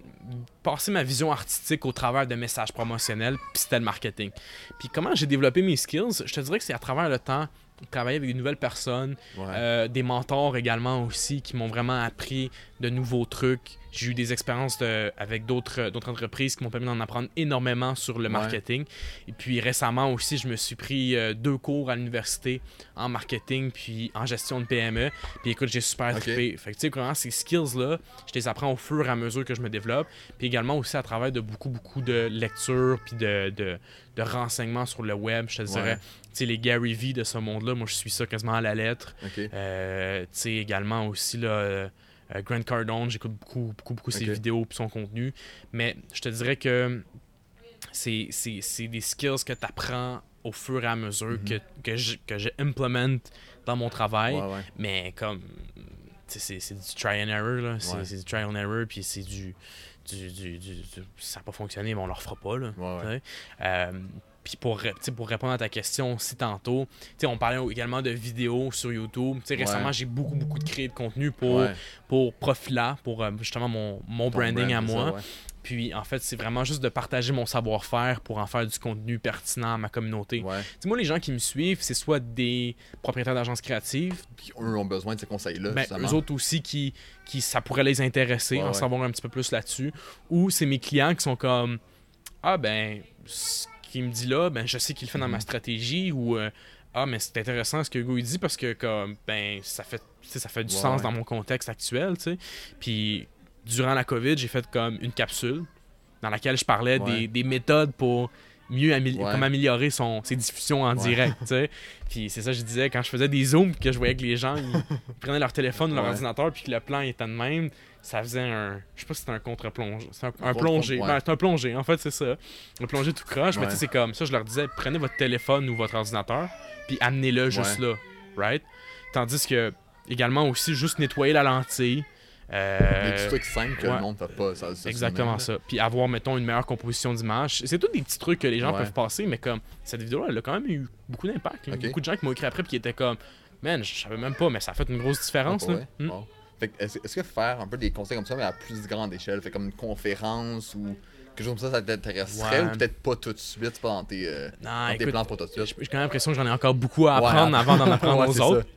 passer ma vision artistique au travers de messages promotionnels, puis c'était le marketing. Puis comment j'ai développé mes skills, je te dirais que c'est à travers le temps, travailler avec de nouvelles personnes, Ouais. euh, des mentors également aussi qui m'ont vraiment appris de nouveaux trucs. J'ai eu des expériences de- avec d'autres d'autres entreprises qui m'ont permis d'en apprendre énormément sur le Ouais. marketing. Et puis récemment aussi, je me suis pris euh, deux cours à l'université en marketing puis en gestion de P M E. Puis écoute, j'ai super Ok. trippé. Fait que tu sais, vraiment, ces skills-là, je les apprends au fur et à mesure que je me développe. Puis également aussi à travers de beaucoup, beaucoup de lectures puis de, de, de renseignements sur le web, je te dirais. Ouais. Tu sais, les Gary Vee de ce monde-là, moi, je suis ça quasiment à la lettre. Ok. Euh, tu sais, également aussi, là, euh, euh, Grant Cardone, j'écoute beaucoup, beaucoup, beaucoup ses Ok. vidéos et son contenu. Mais je te dirais que c'est, c'est, c'est des skills que tu apprends au fur et à mesure Mhm. que, que, je, que je implement dans mon travail. Ouais, ouais. Mais comme, tu sais, c'est, c'est du try and error, là. C'est, Ouais. c'est du try and error, puis c'est du... du, du, du- du- ça n'a pas fonctionné, mais on le refera pas, là. Ouais, ouais. tu sais. Euh, puis pour, ré- tu sais, pour répondre à ta question aussi tantôt, tu sais, on parlait également de vidéos sur YouTube. Tu sais, Ouais. récemment, j'ai beaucoup, beaucoup de créé de contenu pour, Ouais. pour Profila, pour euh, justement mon, mon Ton branding brand, à c'est moi. ça, ouais. Puis en fait, c'est vraiment juste de partager mon savoir-faire pour en faire du contenu pertinent à ma communauté. Ouais. Tu sais, moi, les gens qui me suivent, c'est soit des propriétaires d'agences créatives, Puis eux ont besoin de ces conseils-là, ben, justement. eux autres aussi qui, qui ça pourrait les intéresser, Ouais, en ouais. savoir un petit peu plus là-dessus. Ou c'est mes clients qui sont comme ah ben ce qu'il me dit là, ben je sais qu'il le fait dans ma Mhm. stratégie ou euh, ah mais c'est intéressant ce que Hugo il dit parce que comme ben ça fait tu sais, ça fait du Ouais, sens ouais. dans mon contexte actuel, tu sais. Puis durant la COVID, j'ai fait comme une capsule dans laquelle je parlais Ouais. des, des méthodes pour mieux amé- Ouais. comme améliorer son, ses diffusions en Ouais. direct, tu sais. Puis c'est ça que je disais, quand je faisais des zooms, que je voyais que les gens, ils, ils prenaient leur téléphone ou leur Ouais. ordinateur, puis que le plan était de même, ça faisait un... Je sais pas si c'était un contre-plongé. C'est un, un contre- plongé. ouais. Ben, c'est un plongé, en fait, c'est ça. Un plongé tout croche, mais Ouais. tu sais, c'est comme ça, je leur disais, prenez votre téléphone ou votre ordinateur, puis amenez-le juste Ouais. là, right? Tandis que, également aussi, juste nettoyer la lentille, Des euh, petits trucs simples que ouais. le monde ne fait pas. Ça, ça, exactement ça. ça. Puis avoir, mettons, une meilleure composition d'image. C'est tous des petits trucs que les gens Ouais. peuvent passer, mais comme cette vidéo-là, elle a quand même eu beaucoup d'impact. là. Ok. Beaucoup de gens qui m'ont écrit après puis qui étaient comme man, je savais même pas, mais ça a fait une grosse différence. Ah, là. ouais? Hmm. Wow. Fait que est-ce, est-ce que faire un peu des conseils comme ça, mais à plus grande échelle, fait comme une conférence ou quelque chose comme ça, ça t'intéresserait Ouais. ou peut-être pas tout de suite, c'est pas dans tes, euh, Non, dans tes écoute, plans pour tout de j'ai suite. j'ai quand même l'impression que j'en ai encore beaucoup à Ouais, apprendre avant d'en apprendre ouais, aux c'est autres.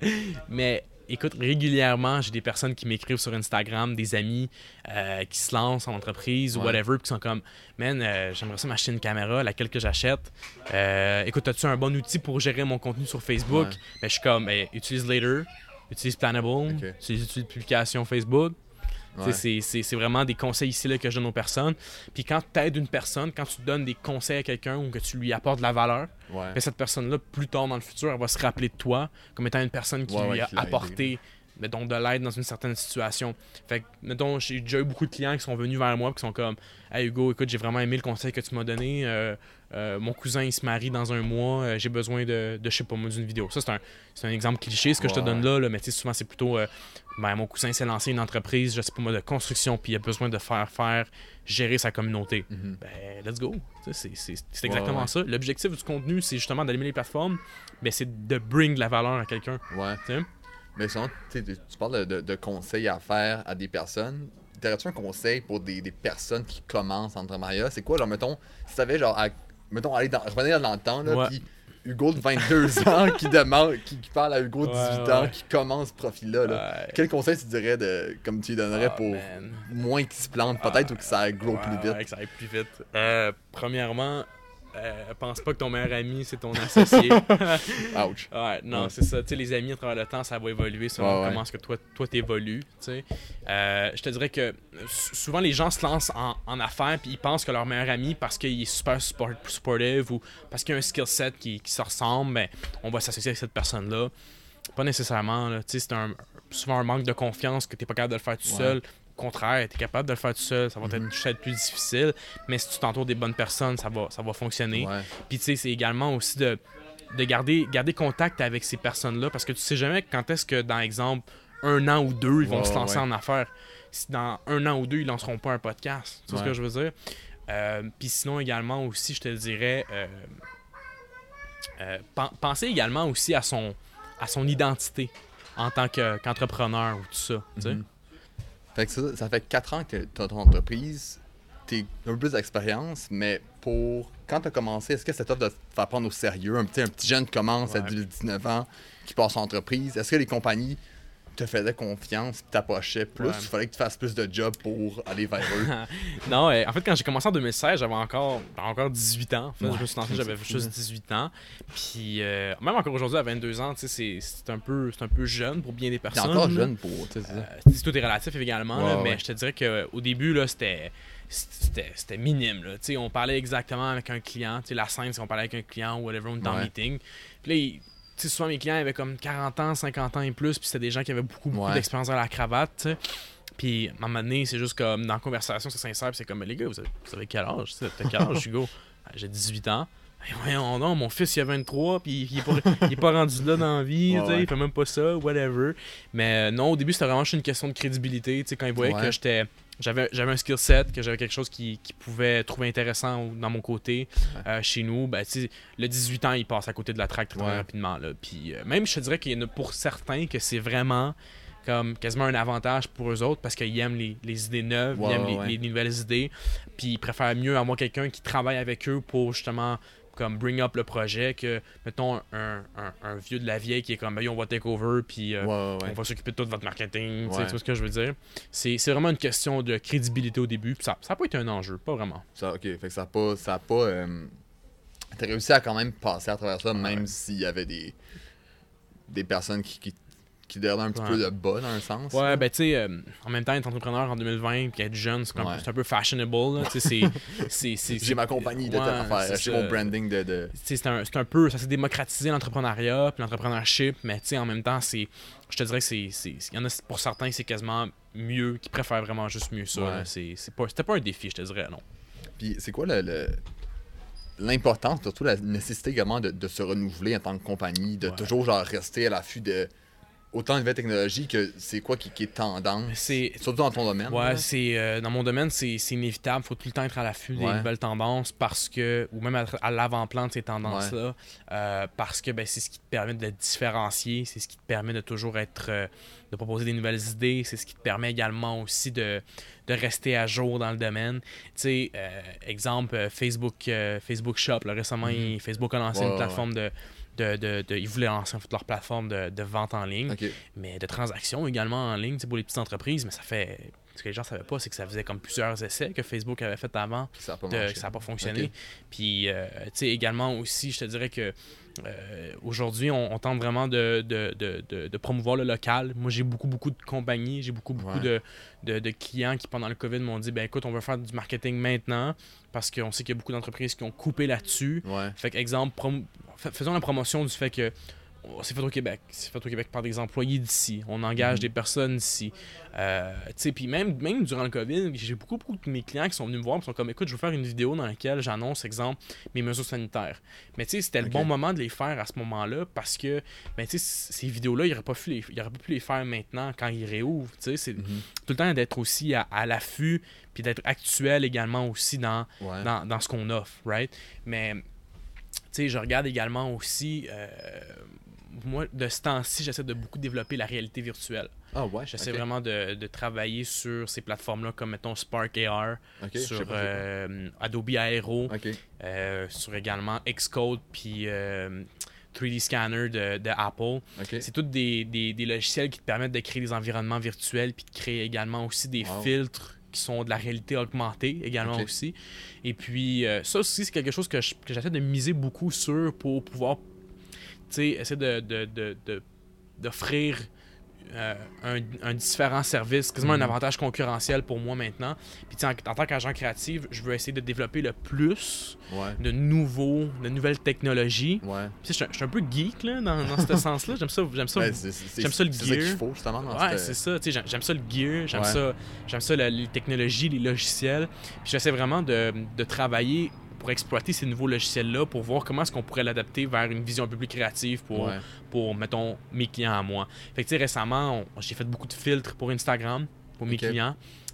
Mais écoute, régulièrement, j'ai des personnes qui m'écrivent sur Instagram, des amis euh, qui se lancent en entreprise ou Ouais. whatever, puis qui sont comme man, euh, j'aimerais ça m'acheter une caméra, laquelle que j'achète. Euh, écoute, as-tu un bon outil pour gérer mon contenu sur Facebook? Ouais. Ben, je suis comme, ben, utilise Later, utilise Planable, Ok. utilise l'outil de publication Facebook. Tu sais, Ouais. C'est, c'est, c'est vraiment des conseils ici là, que je donne aux personnes. Puis quand tu aides une personne, quand tu donnes des conseils à quelqu'un ou que tu lui apportes de la valeur, Ouais. ben, cette personne-là, plus tard dans le futur, elle va se rappeler de toi comme étant une personne qui Ouais, lui ouais, a qui l'a apporté mettons, de l'aide dans une certaine situation. Fait que, mettons, j'ai déjà eu beaucoup de clients qui sont venus vers moi et qui sont comme Hey Hugo, écoute, j'ai vraiment aimé le conseil que tu m'as donné. Euh, euh, mon cousin, il se marie dans un mois. Euh, j'ai besoin de, de, je sais pas moi, d'une vidéo. Ça, c'est un, c'est un exemple cliché, ce que je te Ouais. donne là, là mais tu sais, souvent, c'est plutôt euh, ben, mon cousin s'est lancé une entreprise, je sais pas moi, de construction, puis il a besoin de faire faire gérer sa communauté. Mhm. Ben, let's go. Tu sais, C'est, c'est, c'est Ouais, exactement ouais. ça. L'objectif du contenu, c'est justement d'allumer les plateformes, mais c'est de bring de la valeur à quelqu'un. Ouais. Tu sais? Mais sinon, tu sais, tu parles de, de- de conseils à faire à des personnes. T'aurais-tu un conseil pour des, des personnes qui commencent en entrepreneuriat? C'est quoi, genre, mettons, si t'avais, genre, à, mettons, aller dans, revenir dans le temps, là, Ouais. puis Hugo de vingt-deux ans qui demande, qui, qui parle à Hugo de Ouais, dix-huit ans, ouais. qui commence ce profil-là, là. Ouais. Quel conseil tu dirais, de, comme tu lui donnerais Ah, pour man. moins qu'il se plante, peut-être, Ah, ou que ça grow Ouais, plus vite? ouais, que ça aille plus vite. Euh, premièrement, euh, pense pas que ton meilleur ami, c'est ton associé. Ouch. Ouais, non, Ouais. c'est ça. Tu sais, les amis, à travers le temps, ça va évoluer selon Ouais, ouais. comment est-ce que toi, toi t'évolues. Tu sais. Euh, je te dirais que euh, sou- souvent, les gens se lancent en, en affaires puis ils pensent que leur meilleur ami, parce qu'il est super support, supportive ou parce qu'il a un skill set qui, qui se ressemble, ben, on va s'associer avec cette personne-là. Pas nécessairement. Là. C'est un, souvent un manque de confiance que tu n'es pas capable de le faire tout ouais. seul. Au contraire, tu es capable de le faire tout seul. Ça va mm-hmm. être, être plus difficile. Mais si tu t'entoures des bonnes personnes, ça va, ça va fonctionner. Ouais. Puis tu sais, c'est également aussi de, de garder, garder contact avec ces personnes-là. Parce que tu sais jamais quand est-ce que, dans exemple, un an ou deux, ils vont oh, se lancer ouais. en affaires. Si dans un an ou deux, ils ne lanceront pas un podcast. Tu ouais. vois ce que je veux dire? Euh, Puis sinon, également aussi, je te dirais, euh, euh, pen- penser également aussi à son, à son identité en tant que, qu'entrepreneur ou tout ça. Tu sais? Mm-hmm. Fait que ça, ça fait quatre ans que tu as ton entreprise, tu as un peu plus d'expérience, mais pour quand tu as commencé, est-ce que c'est top de te faire prendre au sérieux? Un petit, un petit jeune qui commence ouais. à dix-neuf ans, qui passe en entreprise, est-ce que les compagnies te faisaient confiance et t'approchaient plus? Il ouais. fallait que tu fasses plus de jobs pour aller vers eux? Non, euh, en fait, quand j'ai commencé en deux mille seize, j'avais encore, encore dix-huit ans. En fait, ouais, je me suis lancé, j'avais juste dix-huit ans. Puis, euh, même encore aujourd'hui, à vingt-deux ans, c'est, c'est, un peu, c'est un peu jeune pour bien des personnes. C'est encore jeune pour... C'est ça. Euh, tout est relatif, également, ouais, là, ouais. mais je te dirais qu'au début, là, c'était... C'était, c'était minime. Là. On parlait exactement avec un client. La scène, c'est qu'on parlait avec un client ou whatever, on était en ouais. meeting. Puis là, il, T'sais, souvent mes clients avaient comme quarante ans, cinquante ans et plus, puis c'était des gens qui avaient beaucoup, beaucoup ouais. d'expérience à la cravate, t'sais. Puis à un moment donné, c'est juste comme dans la conversation, c'est sincère, puis c'est comme, les gars, vous avez, vous avez quel âge? T'as quel âge, Hugo? J'ai dix-huit ans. Et voyons, non, mon fils, il a vingt-trois, puis il est pas, il est pas rendu là dans la vie, ouais, ouais. il fait même pas ça, whatever. Mais non, au début, c'était vraiment juste une question de crédibilité, quand ils voyaient ouais. que j'étais... J'avais, j'avais un skill set, que j'avais quelque chose qui, qui pouvait trouver intéressant dans mon côté euh, chez nous. Ben, le dix-huit ans, il passe à côté de la track très, très ouais. rapidement. Là. Puis, euh, même, je te dirais qu'il y en a pour certains que c'est vraiment comme quasiment un avantage pour eux autres parce qu'ils aiment les, les idées neuves, ouais, ils aiment ouais, les, ouais. les, les nouvelles idées. Puis, ils préfèrent mieux avoir quelqu'un qui travaille avec eux pour justement comme bring up le projet que, mettons, un, un, un vieux de la vieille qui est comme, ben, on va take over, puis euh, ouais, ouais, ouais. on va s'occuper de tout votre marketing, ouais. tu vois ce que je veux dire. C'est, c'est vraiment une question de crédibilité au début, puis ça n'a pas été un enjeu, pas vraiment. Ça, ok, fait que ça n'a pas... Ça a pas euh... T'as réussi à quand même passer à travers ça, même ouais. s'il y avait des, des personnes qui... qui... qui donne un petit ouais. peu de bas dans un sens. Ouais, là. ben tu sais, euh, en même temps, être entrepreneur en deux mille vingt et être jeune, c'est, ouais. c'est un peu fashionable. Là, c'est, c'est, c'est, c'est, J'ai ma compagnie de ouais, affaires, j'ai mon branding de... de... C'est, un, c'est un peu, ça s'est démocratisé l'entrepreneuriat puis l'entrepreneurship, mais tu sais, en même temps, c'est, je te dirais que c'est, c'est, il y en a pour certains, c'est quasiment mieux, qui préfèrent vraiment juste mieux ça. Ouais. C'est, c'est pas, c'était pas un défi, je te dirais, non. Puis c'est quoi le... le... l'importance, surtout la nécessité également de, de se renouveler en tant que compagnie, de ouais. toujours genre rester à l'affût de... autant de nouvelles technologies que c'est quoi qui, qui est tendance, c'est, surtout dans ton domaine. Ouais, c'est, euh, dans mon domaine, c'est, c'est inévitable. Il faut tout le temps être à l'affût ouais. des nouvelles tendances parce que, ou même être à l'avant-plan de ces tendances-là, ouais. euh, parce que ben, c'est ce qui te permet de te différencier, c'est ce qui te permet de toujours être, euh, de proposer des nouvelles idées, c'est ce qui te permet également aussi de, de rester à jour dans le domaine. Tu sais, euh, exemple, euh, Facebook, euh, Facebook Shop, là, récemment, mm-hmm. il, Facebook a lancé ouais, une plateforme ouais. de... De, de, de, ils voulaient lancer en fait, leur plateforme de, de vente en ligne, okay. mais de transactions également en ligne pour les petites entreprises. Mais ça fait. Ce que les gens ne savaient pas, c'est que ça faisait comme plusieurs essais que Facebook avait fait avant, ça n'a pas, de, pas fonctionné. Okay. Puis, euh, tu sais, également aussi, je te dirais que euh, aujourd'hui, on, on tente vraiment de, de, de, de, de promouvoir le local. Moi, j'ai beaucoup, beaucoup de compagnies, j'ai beaucoup, beaucoup ouais. de, de, de clients qui, pendant le COVID, m'ont dit ben écoute, on veut faire du marketing maintenant parce qu'on sait qu'il y a beaucoup d'entreprises qui ont coupé là-dessus. Ouais. Fait qu'exemple, prom- faisons la promotion du fait que c'est fait au Québec. C'est fait au Québec par des employés d'ici. On engage mm-hmm. des personnes d'ici. Euh, tu sais, puis même, même durant le COVID, j'ai beaucoup, beaucoup de mes clients qui sont venus me voir et sont comme, écoute, je veux faire une vidéo dans laquelle j'annonce, exemple, mes mesures sanitaires. Mais tu sais, c'était okay. le bon moment de les faire à ce moment-là parce que, ben tu sais, ces vidéos-là, il n'aurait pas pu les, il aurait pas pu les faire maintenant quand ils réouvrent. Tu sais, c'est mm-hmm. tout le temps d'être aussi à, à l'affût puis d'être actuel également aussi dans, ouais. dans, dans ce qu'on offre, right? Mais, tu sais, je regarde également aussi... Euh, moi, de ce temps-ci, j'essaie de beaucoup développer la réalité virtuelle. Ah ouais? J'essaie okay. vraiment de, de travailler sur ces plateformes-là, comme mettons Spark A R, okay, sur pas, euh, Adobe Aero, okay. euh, sur également Xcode, puis euh, trois D Scanner de, de Apple. Okay. C'est tous des, des, des logiciels qui te permettent de créer des environnements virtuels, puis de créer également aussi des wow. filtres qui sont de la réalité augmentée également okay. aussi. Et puis, euh, ça aussi, c'est quelque chose que, je, que j'essaie de miser beaucoup sur pour pouvoir essayer de, de, de, de, d'offrir euh, un, un différent service, quasiment mm-hmm. un avantage concurrentiel pour moi maintenant. Puis en, en tant qu'agent créatif, je veux essayer de développer le plus ouais. de nouveaux, de nouvelles technologies. Ouais. Puis je, je suis un peu geek là, dans, dans ce sens-là. J'aime ça, j'aime ça, ben, c'est, c'est, j'aime ça le c'est gear. C'est ça qu'il faut justement. Dans ouais, cette... c'est ça. J'aime, j'aime ça le gear, j'aime ouais. ça, j'aime ça la, les technologies, les logiciels. Puis j'essaie vraiment de, de travailler pour exploiter ces nouveaux logiciels-là, pour voir comment est-ce qu'on pourrait l'adapter vers une vision un peu plus créative pour, ouais. pour mettons, mes clients à moi. Fait que, tu sais, récemment, on, j'ai fait beaucoup de filtres pour Instagram, pour mes okay. clients.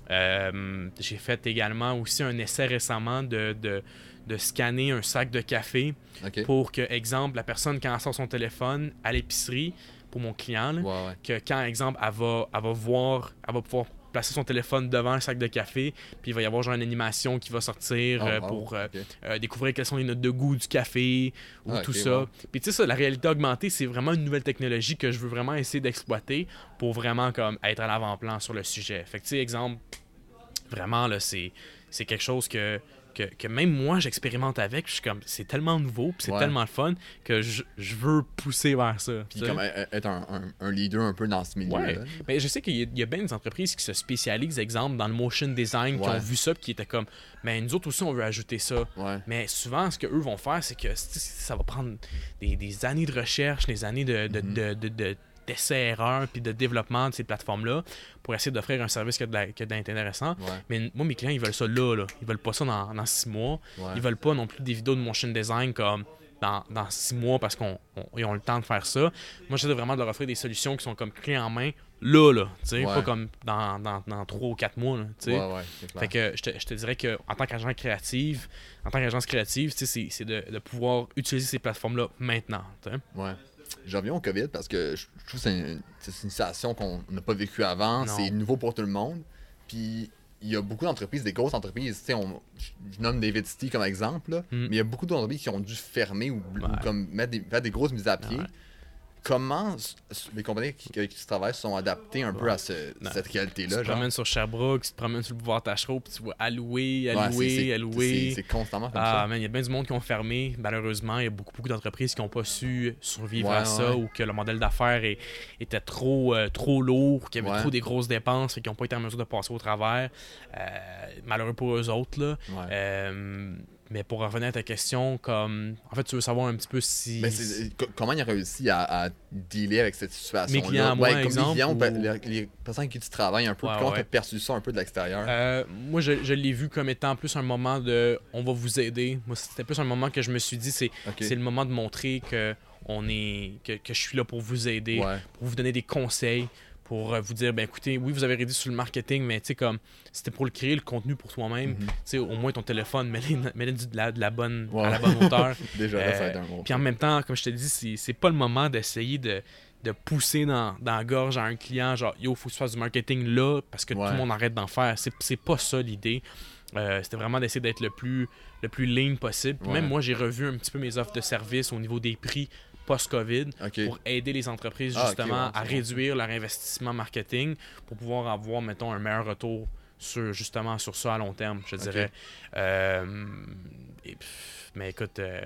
Euh, j'ai fait également aussi un essai récemment de, de, de scanner un sac de café okay. pour que, exemple, la personne, quand elle sort son téléphone à l'épicerie, pour mon client, là, ouais, ouais. que quand, exemple, elle va, elle va voir, elle va pouvoir placer son téléphone devant un sac de café, puis il va y avoir genre une animation qui va sortir oh, euh, wow. pour euh, okay. euh, découvrir quelles sont les notes de goût du café ou ah, tout okay, ça. wow. Puis tu sais ça, la réalité augmentée, c'est vraiment une nouvelle technologie que je veux vraiment essayer d'exploiter pour vraiment comme être à l'avant-plan sur le sujet. Fait que tu sais, exemple, vraiment là, c'est, c'est quelque chose que Que, que même moi j'expérimente avec, je suis comme c'est tellement nouveau, puis c'est ouais. tellement le fun que je, je veux pousser vers ça. Puis comme être un, un, un leader un peu dans ce milieu-là. Ouais. Ben, je sais qu'il y a, il y a bien des entreprises qui se spécialisent, exemple, dans le motion design, ouais. qui ont vu ça, puis qui étaient comme, mais nous autres aussi on veut ajouter ça. Ouais. Mais souvent ce qu'eux vont faire, c'est que ça va prendre des, des années de recherche, des années de, de, mm-hmm. de, de, de d'essais-erreurs puis de développement de ces plateformes-là pour essayer d'offrir un service qui a de, la, qui a de l'intéressant. Ouais. Mais moi, mes clients, ils veulent ça là, là. Ils veulent pas ça dans, dans six mois. Ouais. Ils veulent pas non plus des vidéos de motion design comme dans, dans six mois parce qu'ils ont le temps de faire ça. Moi, j'essaie vraiment de leur offrir des solutions qui sont comme clés en main là, là. Ouais. Pas comme dans, dans, dans trois ou quatre mois. Là, ouais, ouais, c'est clair. Fait que je te, je te dirais qu'en tant qu'agent créatif, en tant qu'agence créative, c'est, c'est de, de pouvoir utiliser ces plateformes-là maintenant. T'sais. Ouais. Je reviens au COVID parce que je trouve que c'est une, c'est une situation qu'on n'a pas vécue avant. Non. C'est nouveau pour tout le monde. Puis il y a beaucoup d'entreprises, des grosses entreprises. On, je nomme David City comme exemple, là, mm. mais il y a beaucoup d'entreprises qui ont dû fermer ou, ouais. ou comme mettre des, faire des grosses mises à pied. Ouais. Comment les compagnies qui, qui, qui travaillent sont adaptées un ouais. peu à ce, cette réalité-là? Tu te promènes sur Sherbrooke, tu te promènes sur le boulevard Tachereau, puis tu vois allouer, allouer, ouais, c'est, c'est, allouer. C'est, c'est constamment comme ah, ça. Man, il y a bien du monde qui ont fermé. Malheureusement, il y a beaucoup, beaucoup d'entreprises qui n'ont pas su survivre ouais, à ça ouais. ou que le modèle d'affaires est, était trop, euh, trop lourd, qu'il y avait ouais. trop des grosses dépenses et qu'ils n'ont pas été en mesure de passer au travers. Euh, malheureux pour eux autres, là. Ouais. Euh, Mais pour revenir à ta question, comme en fait, tu veux savoir un petit peu si... Mais c'est, comment il a réussi à, à dealer avec cette situation-là? Mes clients, moi, ouais, comme exemple, les clients, ou... les, les personnes avec qui tu travailles un peu, ouais, comment ouais. tu as perçu ça un peu de l'extérieur? Euh, moi, je, je l'ai vu comme étant plus un moment de « on va vous aider ». Moi, c'était plus un moment que je me suis dit, c'est, okay. c'est le moment de montrer que, on est, que, que je suis là pour vous aider, ouais. pour vous donner des conseils, pour vous dire, ben écoutez, oui, vous avez aidé sur le marketing, mais tu sais, comme, c'était pour le créer, le contenu pour toi-même, tu sais, mm-hmm. au moins ton téléphone, mets-le, mets-le de, la, de la bonne, ouais. à la bonne hauteur. Déjà, là, euh, ça va être un bon. Puis en même temps, comme je te dis, c'est, c'est pas le moment d'essayer de, de pousser dans, dans la gorge à un client, genre, yo, faut que tu fasses du marketing là, parce que ouais. tout le monde arrête d'en faire. C'est, c'est pas ça l'idée. Euh, c'était vraiment d'essayer d'être le plus, le plus lean possible. Ouais. Même moi, j'ai revu un petit peu mes offres de service au niveau des prix post-COVID okay. pour aider les entreprises justement ah, okay, ouais, à réduire bon. leur investissement marketing pour pouvoir avoir, mettons, un meilleur retour sur, justement sur ça à long terme, je okay. dirais. Euh, et, pff, mais écoute, euh,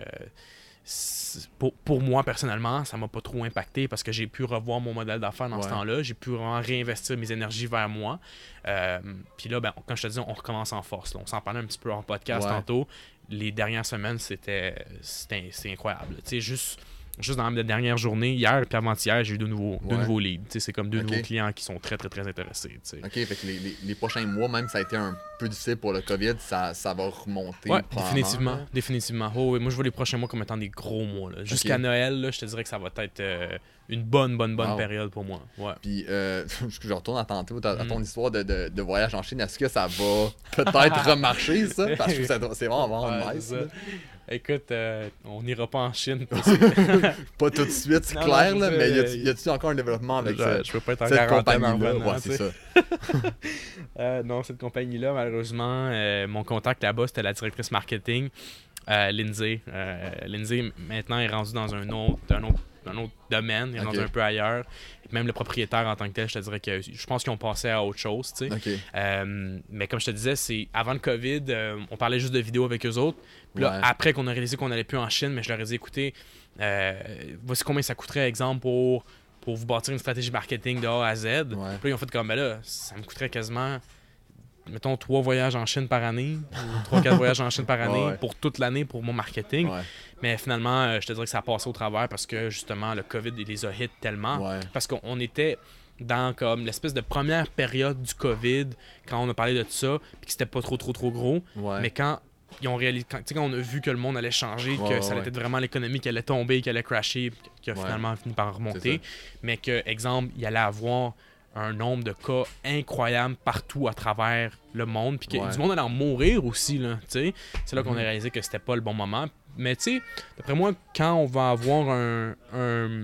pour, pour moi, personnellement, ça m'a pas trop impacté parce que j'ai pu revoir mon modèle d'affaires dans ouais. ce temps-là. J'ai pu vraiment réinvestir mes énergies vers moi. Euh, Puis là, ben, quand je te dis, on recommence en force. Là. On s'en parlait un petit peu en podcast ouais. tantôt. Les dernières semaines, c'était, c'était, c'était incroyable. Tu sais, juste... Juste dans la dernière journée, hier et avant-hier, j'ai eu de nouveaux, ouais. de nouveaux leads. T'sais, c'est comme deux okay. nouveaux clients qui sont très, très, très intéressés. T'sais. OK, fait que les, les, les prochains mois, même ça a été un peu difficile pour le COVID, ça, ça va remonter. Oui, définitivement. Là. définitivement. Oh, oui, moi, je vois les prochains mois comme étant des gros mois. Là. Jusqu'à okay. Noël, là, je te dirais que ça va être euh, une bonne, bonne, bonne wow. période pour moi. Ouais. Puis, euh, je retourne à, tantôt, à, à ton mm. histoire de, de, de voyage en Chine. Est-ce que ça va peut-être remarcher, ça? Parce que ça, c'est vraiment, vraiment ouais, nice. Écoute, euh, on n'ira pas en Chine. Pas tout de suite, c'est non, clair, non, là, mais y, a, y a-t-il encore un développement avec je, ce, je peux pas être en cette compagnie-là? Ouais, c'est ça. euh, non, cette compagnie-là, malheureusement, euh, mon contact là-bas, c'était la directrice marketing, euh, Lindsay. Euh, Lindsay, maintenant, est rendue dans un autre, un autre, un autre domaine, elle est okay. rendue un peu ailleurs. Même le propriétaire en tant que tel, je te dirais que je pense qu'ils ont passé à autre chose. Tu sais. Okay. Euh, mais comme je te disais, c'est avant le COVID, euh, on parlait juste de vidéos avec eux autres. Puis là, ouais. après qu'on a réalisé qu'on n'allait plus en Chine, mais je leur ai dit, écoutez, euh, voici combien ça coûterait, exemple, pour pour vous bâtir une stratégie marketing de A à Z. Ouais. Puis là, ils ont fait comme, ben là, ça me coûterait quasiment, mettons, trois voyages en Chine par année, ou trois, quatre voyages en Chine par année Ouais. pour toute l'année pour mon marketing. Ouais. Mais finalement, euh, je te dirais que ça a passé au travers parce que, justement, le COVID, il les a hit tellement. Ouais. Parce qu'on on était dans comme l'espèce de première période du COVID, quand on a parlé de ça, puis que c'était pas trop, trop, trop gros. Ouais. Mais quand ils ont réalisé, quand, quand on a vu que le monde allait changer, Ouais, que ouais, ça allait ouais. être vraiment l'économie qui allait tomber, qui allait crasher, puis qui a Ouais. finalement fini par C'est remonter, ça. mais que, exemple, il allait avoir un nombre de cas incroyable partout à travers le monde, puis que Ouais. du monde allait en mourir aussi, là, tu sais. C'est là qu'on Mhm. a réalisé que c'était pas le bon moment. Mais tu sais, d'après moi, quand on va avoir un, un,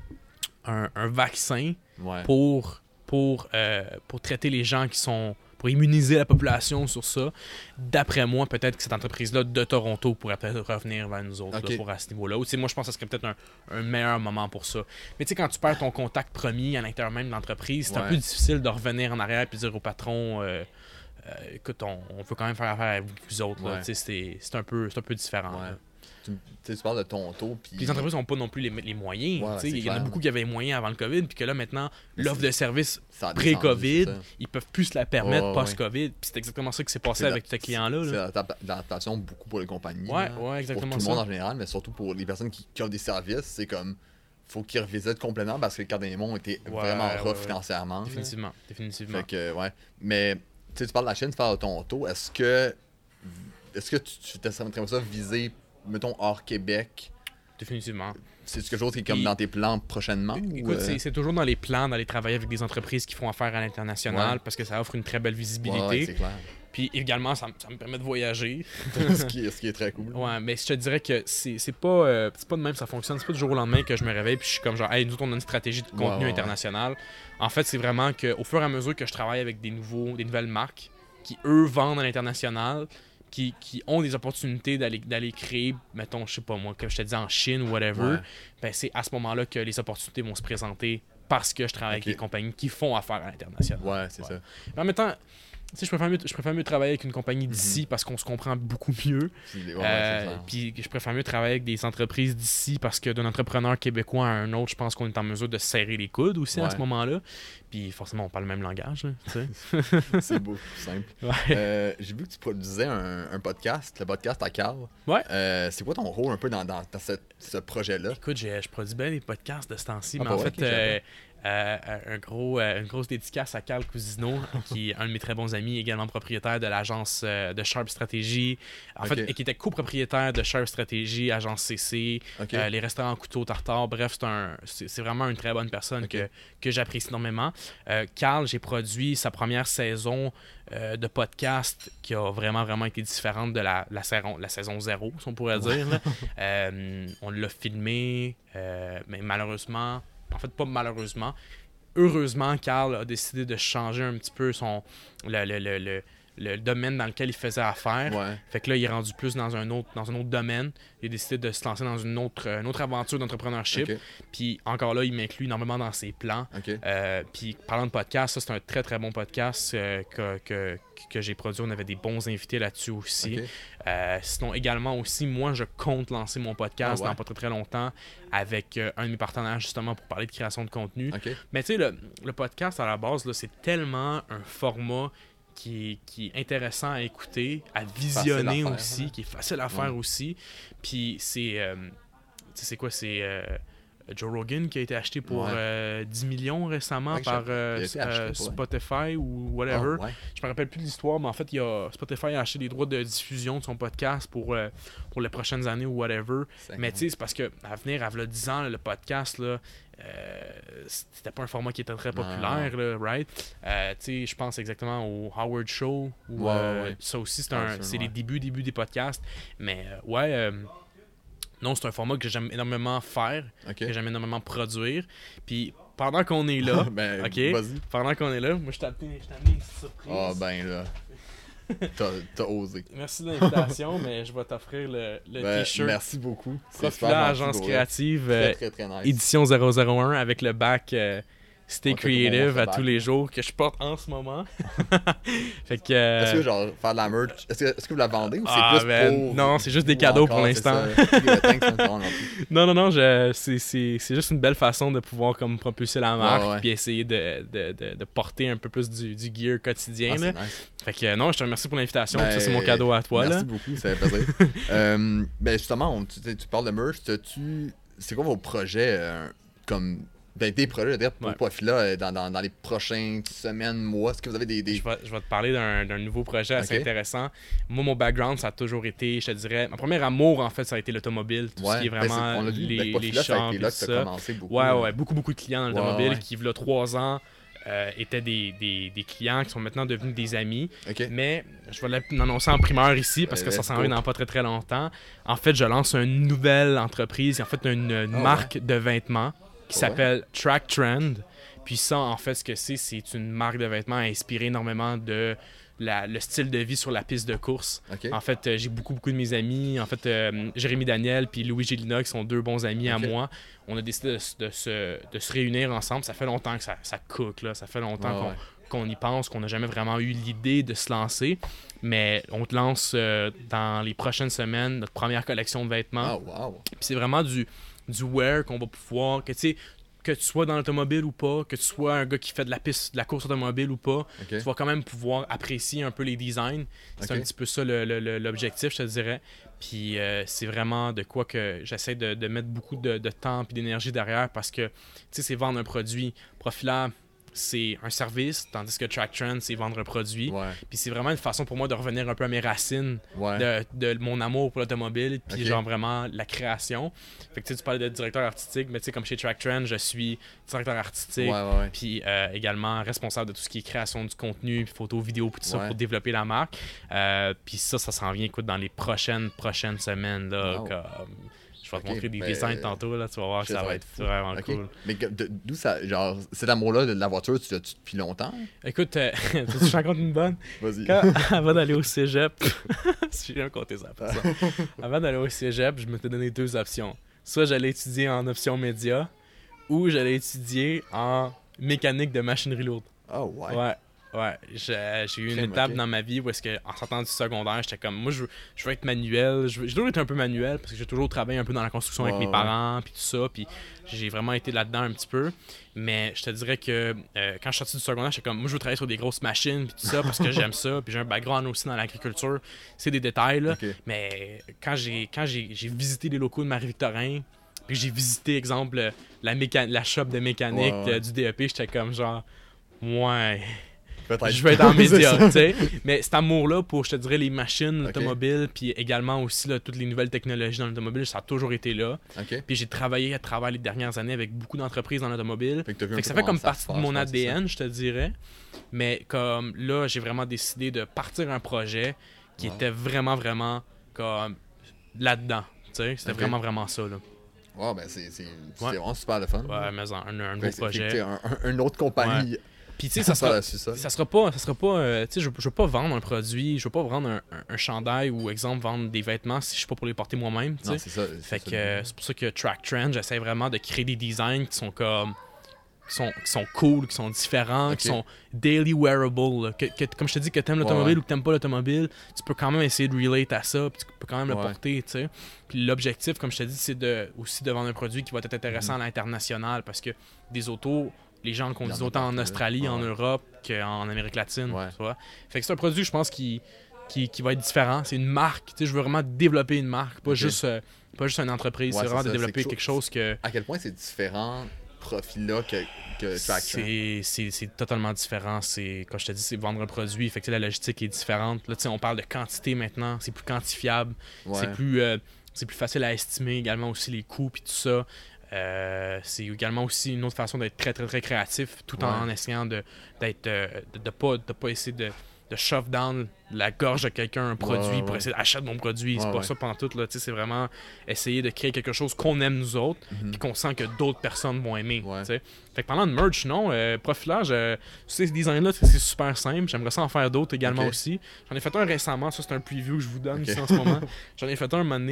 un, un vaccin Ouais. pour, pour, euh, pour traiter les gens qui sont... pour immuniser la population sur ça, d'après moi, peut-être que cette entreprise-là de Toronto pourrait peut-être revenir vers nous autres Ok. là, pour à ce niveau-là. Ou tu sais, moi, je pense que ce serait peut-être un, un meilleur moment pour ça. Mais tu sais, quand tu perds ton contact premier à l'intérieur même de l'entreprise, c'est un Ouais. peu difficile de revenir en arrière et dire au patron... Euh, euh, écoute, on, on veut quand même faire affaire avec vous autres. là. Ouais. Tu sais, C'est c'est un, peu- c'est un peu différent. Ouais. là. Tu, tu sais, tu parles de Toronto, puis... Puis les entreprises n'ont pas non plus les, les moyens. Ouais, tu sais. c'est Il y en a clair. beaucoup qui avaient les moyens avant le COVID, puis que là, maintenant, Mais l'offre c'est- de service ça a descendu, pré-COVID, c'est ça. ils peuvent plus se la permettre Ouais, ouais, post-COVID. Puis c'est exactement ça qui s'est passé C'est avec la- ce client-là. C'est là. l'adap- l'adaptation beaucoup pour les compagnies. Ouais, là. ouais, exactement Pour tout ça. le monde en général, mais surtout pour les personnes qui, qui offrent des services, c'est comme... Faut qu'ils revisitent complètement parce que les cartes des monts étaient Ouais, vraiment ouais, rough ouais. financièrement. là. Définitivement, définitivement. Fait que, ouais. Mais, tu sais, tu parles de la Chine, tu parles de Toronto. Est-ce que... Est-ce que tu tu t'aimerais ça viser, mettons, hors Québec? Définitivement. C'est quelque chose qui est comme Puis- dans tes plans prochainement? Écoute, ou, euh, c'est- c'est toujours dans les plans d'aller travailler avec des entreprises qui font affaire à l'international Ouais. parce que ça offre une très belle ouais, visibilité. ouais, c'est clair. Puis également, ça, me- ça me permet de voyager. ce, qui est, ce qui est très cool. Ouais, mais je te dirais que c'est c'est pas, euh, c'est pas de même ça fonctionne. C'est pas du jour au lendemain que je me réveille puis je suis comme genre, hey, nous autres, on a une stratégie de contenu Ouais, ouais, ouais. international. En fait, c'est vraiment qu'au fur et à mesure que je travaille avec des, nouveaux, des nouvelles marques qui, eux, vendent à l'international, qui, qui ont des opportunités d'aller d'aller créer, mettons, je sais pas moi, comme je te dis, en Chine ou whatever, Ouais. ben c'est à ce moment-là que les opportunités vont se présenter parce que je travaille Ok. avec des compagnies qui font affaire à l'international. Ouais, c'est Ouais. ça. Mais en même temps, tu sais, je préfère mieux, je préfère mieux travailler avec une compagnie d'ici parce qu'on se comprend beaucoup mieux. Puis, ouais, ouais, Euh, c'est clair. puis je préfère mieux travailler avec des entreprises d'ici parce que d'un entrepreneur québécois à un autre, je pense qu'on est en mesure de serrer les coudes aussi à Ouais. ce moment-là. Puis forcément, on parle le même langage. Là, tu sais. C'est beau, simple. Ouais. Euh, J'ai vu que tu produisais un, un podcast, le podcast à Carl. Ouais. Euh, c'est quoi ton rôle un peu dans, dans, dans ce, ce projet-là? Écoute, j'ai- je produis bien des podcasts de ce temps-ci, Ah, mais bah en ouais, fait, ok, j'avais euh, euh, un gros, euh, une grosse dédicace à Carl Cousineau, qui est un de mes très bons amis, également propriétaire de l'agence euh, de Sharp Strategy, en Ok. fait, et qui était copropriétaire de Sharp Strategy, agence C C, Ok. euh, les restaurants Couteau Tartare. Bref, c'est un, c'est c'est vraiment une très bonne personne Ok. que, que j'apprécie énormément. Euh, Carl, j'ai produit sa première saison euh, de podcast qui a vraiment, vraiment été différente de la, la, saison, la saison zéro, si on pourrait dire. là. Euh, on l'a filmé, euh, mais malheureusement, en fait, pas malheureusement, heureusement, Carl a décidé de changer un petit peu son, le, le, le, le, le domaine dans lequel il faisait affaire. Ouais. Fait que là, il est rendu plus dans un autre, dans un autre domaine. Il a décidé de se lancer dans une autre, une autre aventure d'entrepreneurship. Ok. Puis encore là, il m'inclut énormément dans ses plans. Ok. Euh, puis parlant de podcast, ça c'est un très très bon podcast euh, que, que, que j'ai produit. On avait des bons invités là-dessus aussi. Ok. Euh, sinon également aussi, moi je compte lancer mon podcast Ah ouais? dans pas très très longtemps avec euh, un de mes partenaires justement pour parler de création de contenu. Ok. Mais tu sais, le, le podcast à la base, là, c'est tellement un format qui est, qui est intéressant à écouter, à visionner à faire, aussi, ouais. qui est facile à faire aussi. Puis c'est. euh, tu sais, c'est quoi? C'est. euh, Joe Rogan qui a été acheté pour Ouais. euh, dix millions récemment Ouais, par je- euh, il a été euh, acheté, ouais. Spotify ou whatever. Ah, ouais. Je me rappelle plus de l'histoire, mais en fait, il y a, Spotify a acheté les droits de diffusion de son podcast pour, euh, pour les prochaines années ou whatever. C'est Mais tu sais, c'est parce que à venir, à dix ans, là, le podcast, là, euh, c'était pas un format qui était très Non, populaire, là, right? Euh, tu sais, je pense exactement au Howard Show. Ou, Ouais, euh, ouais. Ça aussi, c'est Ah, un- sûr, c'est ouais. les débuts, débuts des podcasts. Mais euh, ouais, euh, non, c'est un format que j'aime énormément faire, Ok. que j'aime énormément produire. Puis pendant qu'on est là, ben, ok. vas-y. pendant qu'on est là, moi je t'ai amené je t'ai amené une petite surprise. Ah, ben là. T'as t'as osé. Merci de l'invitation, mais je vais t'offrir le, le Ben, t-shirt merci beaucoup. C'est Profila super gentil, Agence pour vrai. Créative, Très, euh, très, très nice. édition zéro zéro un avec le bac euh, stay On fait tout creative le à monde tous les jours que je porte en ce moment. Fait que... euh, Est-ce que, genre, faire de la merch, est-ce que, est-ce que vous la vendez ou c'est Ah, plus man, pour... non, c'est juste des ou cadeaux encore, pour c'est l'instant. ça, les thanks sont pas non plus. Non, non, non, je, c'est, c'est, c'est juste une belle façon de pouvoir comme propulser la marque Ouais, ouais. puis essayer de, de, de, de porter un peu plus du, du gear quotidien. Ah, là. c'est nice. Fait que euh, non, je te remercie pour l'invitation. Ben, Ça, c'est mon cadeau à toi. Merci Là. beaucoup, ça fait plaisir. euh, ben justement, on- tu, tu parles de merch, tu c'est quoi vos projets, euh, comme, ben des projets, je veux dire, pour Ouais. Profila euh, dans, dans, dans les prochaines semaines, mois, est-ce que vous avez des... des... Je vais, je vais te parler d'un, d'un nouveau projet assez Ok. intéressant. Moi, mon background, ça a toujours été, je te dirais, ma première amour, en fait, ça a été l'automobile. Tout ce qui est ben, c'est- vraiment on l'a vu, les, ben, les Profila, ça a champs été et là tout que tu as ça. commencé beaucoup. Ouais, là. ouais, beaucoup, beaucoup de clients dans Ouais, l'automobile ouais. qui, il y a trois ans, euh, étaient des, des, des clients qui sont maintenant devenus des amis. Ok. Mais je vais l'annoncer en primeur ici parce que Euh, ça let's s'en go. vient dans pas très très longtemps. En fait, je lance une nouvelle entreprise, en fait une, une Ah, marque de vêtements qui Ouais. s'appelle Track Trend. Puis ça, en fait, ce que c'est, c'est une marque de vêtements inspirée énormément de la- le style de vie sur la piste de course. Ok. En fait, euh, j'ai beaucoup, beaucoup de mes amis. En fait, euh, Jérémy Daniel puis Louis Gélina, qui sont deux bons amis Ok. à moi, on a décidé de, s- de se, de se réunir ensemble. Ça fait longtemps que ça, ça cook, là. Ça fait longtemps Ouais, qu'on ouais. qu'on y pense, qu'on n'a jamais vraiment eu l'idée de se lancer. Mais on te lance euh, dans les prochaines semaines notre première collection de vêtements. Ah, wow. Puis c'est vraiment du, du wear qu'on va pouvoir... Que, tu sais, que tu sois dans l'automobile ou pas, que tu sois un gars qui fait de la piste, de la course automobile ou pas, Ok. tu vas quand même pouvoir apprécier un peu les designs. C'est Ok. un petit peu ça le- le- le- l'objectif, je te dirais. Puis euh, c'est vraiment de quoi que j'essaie de, de mettre beaucoup de, de temps et d'énergie derrière parce que, tu sais, c'est vendre un produit. Profilab, c'est un service, tandis que Track Trend, c'est vendre un produit. Ouais. Puis c'est vraiment une façon pour moi de revenir un peu à mes racines Ouais. de, de mon amour pour l'automobile, puis Ok. genre vraiment la création. Fait que tu sais, tu parlais de directeur artistique, mais tu sais, comme chez Track Trend, je suis directeur artistique, Ouais, ouais, ouais. puis euh, également responsable de tout ce qui est création du contenu, puis photo, vidéo, puis tout ça Ouais. pour développer la marque. Euh, puis ça, ça s'en vient, écoute, dans les prochaines, prochaines semaines, là, Wow. comme... Je vais te Ok, montrer des ben, designs tantôt, là, tu vas voir que ça ça va va être être fou. vraiment Ok. cool. Mais que- de- d'où ça, genre, cet amour-là de la voiture, tu l'as-tu depuis longtemps? Écoute, euh, tu veux que je te raconte une bonne? Vas-y. Quand, avant d'aller au cégep, si j'ai raconté ça après ça. Avant d'aller au cégep, je m'étais donné deux options. Soit j'allais étudier en option média ou j'allais étudier en mécanique de machinerie lourde. Ah, ouais. Ouais, ouais. J'ai j'ai eu une Crème, étape ok. dans ma vie où est-ce que, en sortant du secondaire, j'étais comme, moi, je veux, je veux être manuel. Je veux- J'ai toujours été un peu manuel parce que j'ai toujours travaillé un peu dans la construction avec Ouais, mes ouais. parents, puis tout ça. Puis j'ai vraiment été là-dedans un petit peu. Mais je te dirais que euh, quand je suis sorti du secondaire, j'étais comme, moi, je veux travailler sur des grosses machines, puis tout ça, parce que j'aime ça. Puis j'ai un background aussi dans l'agriculture. C'est des détails, là. Ok. Mais quand j'ai quand j'ai j'ai visité les locaux de Marie-Victorin, puis j'ai visité, exemple, la, méca- la shop de mécanique Ouais, ouais. euh, du D E P, j'étais comme genre, ouais, Peut-être. je vais être en C'est média, ça. tu sais. Mais cet amour-là pour, je te dirais, les machines, Ok. l'automobile, puis également aussi là, toutes les nouvelles technologies dans l'automobile, ça a toujours été là. Ok. Puis j'ai travaillé à travers les dernières années avec beaucoup d'entreprises dans l'automobile. Fait que, t'as vu un Fait que ça peu fait comme comment se partie de passe, mon je pense, c'est ça. A D N, je te dirais. Mais comme là, j'ai vraiment décidé de partir un projet qui Wow. était vraiment, vraiment comme là-dedans. Tu sais, c'était Ok. vraiment, vraiment ça. Là. Ouais, ben c'est c'est- c'est Ouais. vraiment super le fun. Ouais, mais un, un, un Fait beau que c'est- fait que, tu sais, projet. un, un- une autre compagnie. Puis tu sais, ça Ça sera, là-dessus, ça. ça sera pas, ça sera pas, euh, tu sais, je, je veux pas vendre un produit, je veux pas vendre un, un, un chandail ou exemple vendre des vêtements si je suis pas pour les porter moi-même. Tu Non, sais. c'est ça. Fait c'est que ça. euh, c'est pour ça que Track Trend, j'essaie vraiment de créer des designs qui sont comme qui sont, qui sont cool, qui sont différents, Ok. qui sont daily wearable. là. Que, que- comme je te dis que t'aimes l'automobile Ouais, ouais. ou que t'aimes pas l'automobile, tu peux quand même essayer de relate à ça, puis tu peux quand même le Ouais. porter, tu sais. Puis l'objectif, comme je te dis, c'est de aussi de vendre un produit qui va être intéressant Mhm. à l'international parce que des autos, les gens le Il y en conduisent a autant en partout, là. Australie, en Ouais. Europe qu'en Amérique latine, Ouais. tu vois. Fait que c'est un produit, je pense, qui, qui, qui va être différent. C'est une marque, tu sais, je veux vraiment développer une marque, pas Ok. juste euh, pas juste une entreprise, Ouais, c'est c'est vraiment ça, de développer c'est quelque chose que À quel point c'est différent profil-là que, que Track Trend? c'est c'est- c'est totalement différent. C'est, comme je te dis, c'est vendre un produit. Fait que tu sais, la logistique est différente. Là, tu sais, on parle de quantité maintenant. C'est plus quantifiable. Ouais. C'est plus, euh, c'est plus facile à estimer également aussi les coûts puis tout ça. Euh, c'est également aussi une autre façon d'être très très très créatif tout en Ouais. essayant de d'être euh, de, de pas de pas essayer de de shove down la gorge de quelqu'un un produit ouais, pour ouais. essayer d'acheter mon produit. C'est Ouais, pas ouais. ça pendant tout. Là. Tu sais, c'est vraiment essayer de créer quelque chose qu'on aime nous autres Mhm. puis qu'on sent que d'autres personnes vont aimer. Ouais. tu sais. Fait que parlant de merch, non, euh, profilage, euh, ces designs-là, c'est c'est super simple. J'aimerais ça en faire d'autres également Ok. aussi. J'en ai fait un récemment, ça c'est un preview que je vous donne Ok. ici en ce moment. J'en ai fait un un moment donné,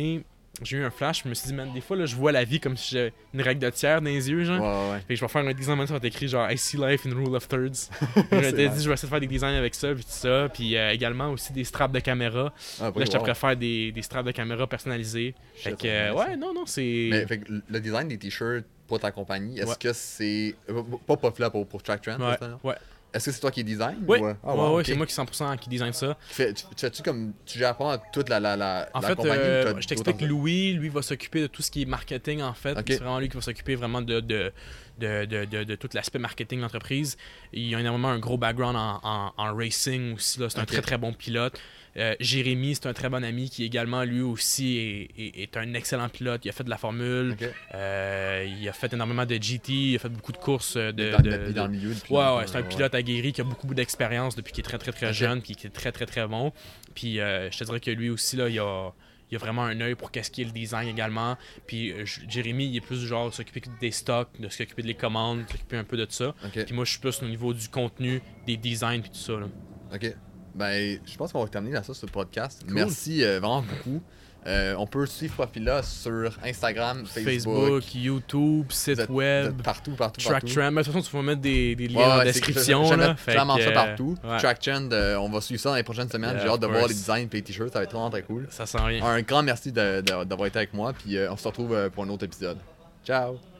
j'ai eu un flash, je me suis dit, man, des fois, là, je vois la vie comme si j'avais une règle de tiers dans les yeux, genre. Ouais, ouais. Fait que je vais faire un design, ça va être écrit genre I see life in rule of thirds. Je m'étais dit, je vais essayer de faire des designs avec ça, puis tout ça. Puis euh, également aussi des straps de caméra. Ah, Là, je te wow. préfère des, des straps de caméra personnalisés. Fait Shit, que, euh, nice. ouais, non, non, c'est. Mais fait que le design des t-shirts pour ta compagnie, est-ce Ouais. que c'est. euh, Pas Puff là pour, pour Track Trend, Ouais, ça, non? ouais. Est-ce que c'est toi qui design? Oui, ou, euh, ouais, ah, wow, ouais, ok. c'est moi qui cent pour cent qui design ça. Tu fais- tu, tu fais-tu comme. Tu gères pas toute la, la, la, En la fait, compagnie? euh, ou t'as je t'explique, d'autres- Louis, lui, va s'occuper de tout ce qui est marketing, en fait. Ok. C'est vraiment lui qui va s'occuper vraiment de, de, de, de, de, de tout l'aspect marketing de l'entreprise. Il a énormément un gros background en, en, en racing aussi. Là. C'est un Ok. très, très bon pilote. Euh, Jérémy, c'est un très bon ami qui également, lui aussi, est, est, est un excellent pilote. Il a fait de la formule. Ok. Euh, il a fait énormément de G T. Il a fait beaucoup de courses de... Il est dans, de- il est de- dans le milieu depuis Ouais, longtemps, ouais, c'est un ouais. pilote aguerri qui a beaucoup, beaucoup d'expérience depuis qu'il est très, très, très Ok. jeune, puis qui est très, très, très bon. Puis euh, je te dirais que lui aussi, là, il a, il a vraiment un œil pour qu'est-ce qui est le design également. Puis euh, je- Jérémy, il est plus du genre de s'occuper des stocks, de s'occuper des commandes, de s'occuper un peu de ça. Ok. Puis moi, je suis plus au niveau du contenu, des designs, puis tout ça. Là. Ok. Ben, je pense qu'on va terminer là ça, ce podcast. Cool. Merci euh, vraiment beaucoup. Euh, on peut suivre Profil-là sur Instagram, Facebook. Facebook, YouTube, site Vous êtes- vous web, êtes partout, partout, Track partout. Trend. Mais de toute façon, tu vas mettre des, des liens Ouais, en ouais, c'est- description. Je, je, je là. mets Fait clairement que, ça euh, partout. ouais. Track Trend, euh, on va suivre ça dans les prochaines semaines. Yeah, J'ai hâte of de voir course. les designs et les t-shirts. Ça va être vraiment très cool. Ça sent rien. Un grand merci de- de- d'avoir été avec moi. Puis euh, on se retrouve euh, pour un autre épisode. Ciao!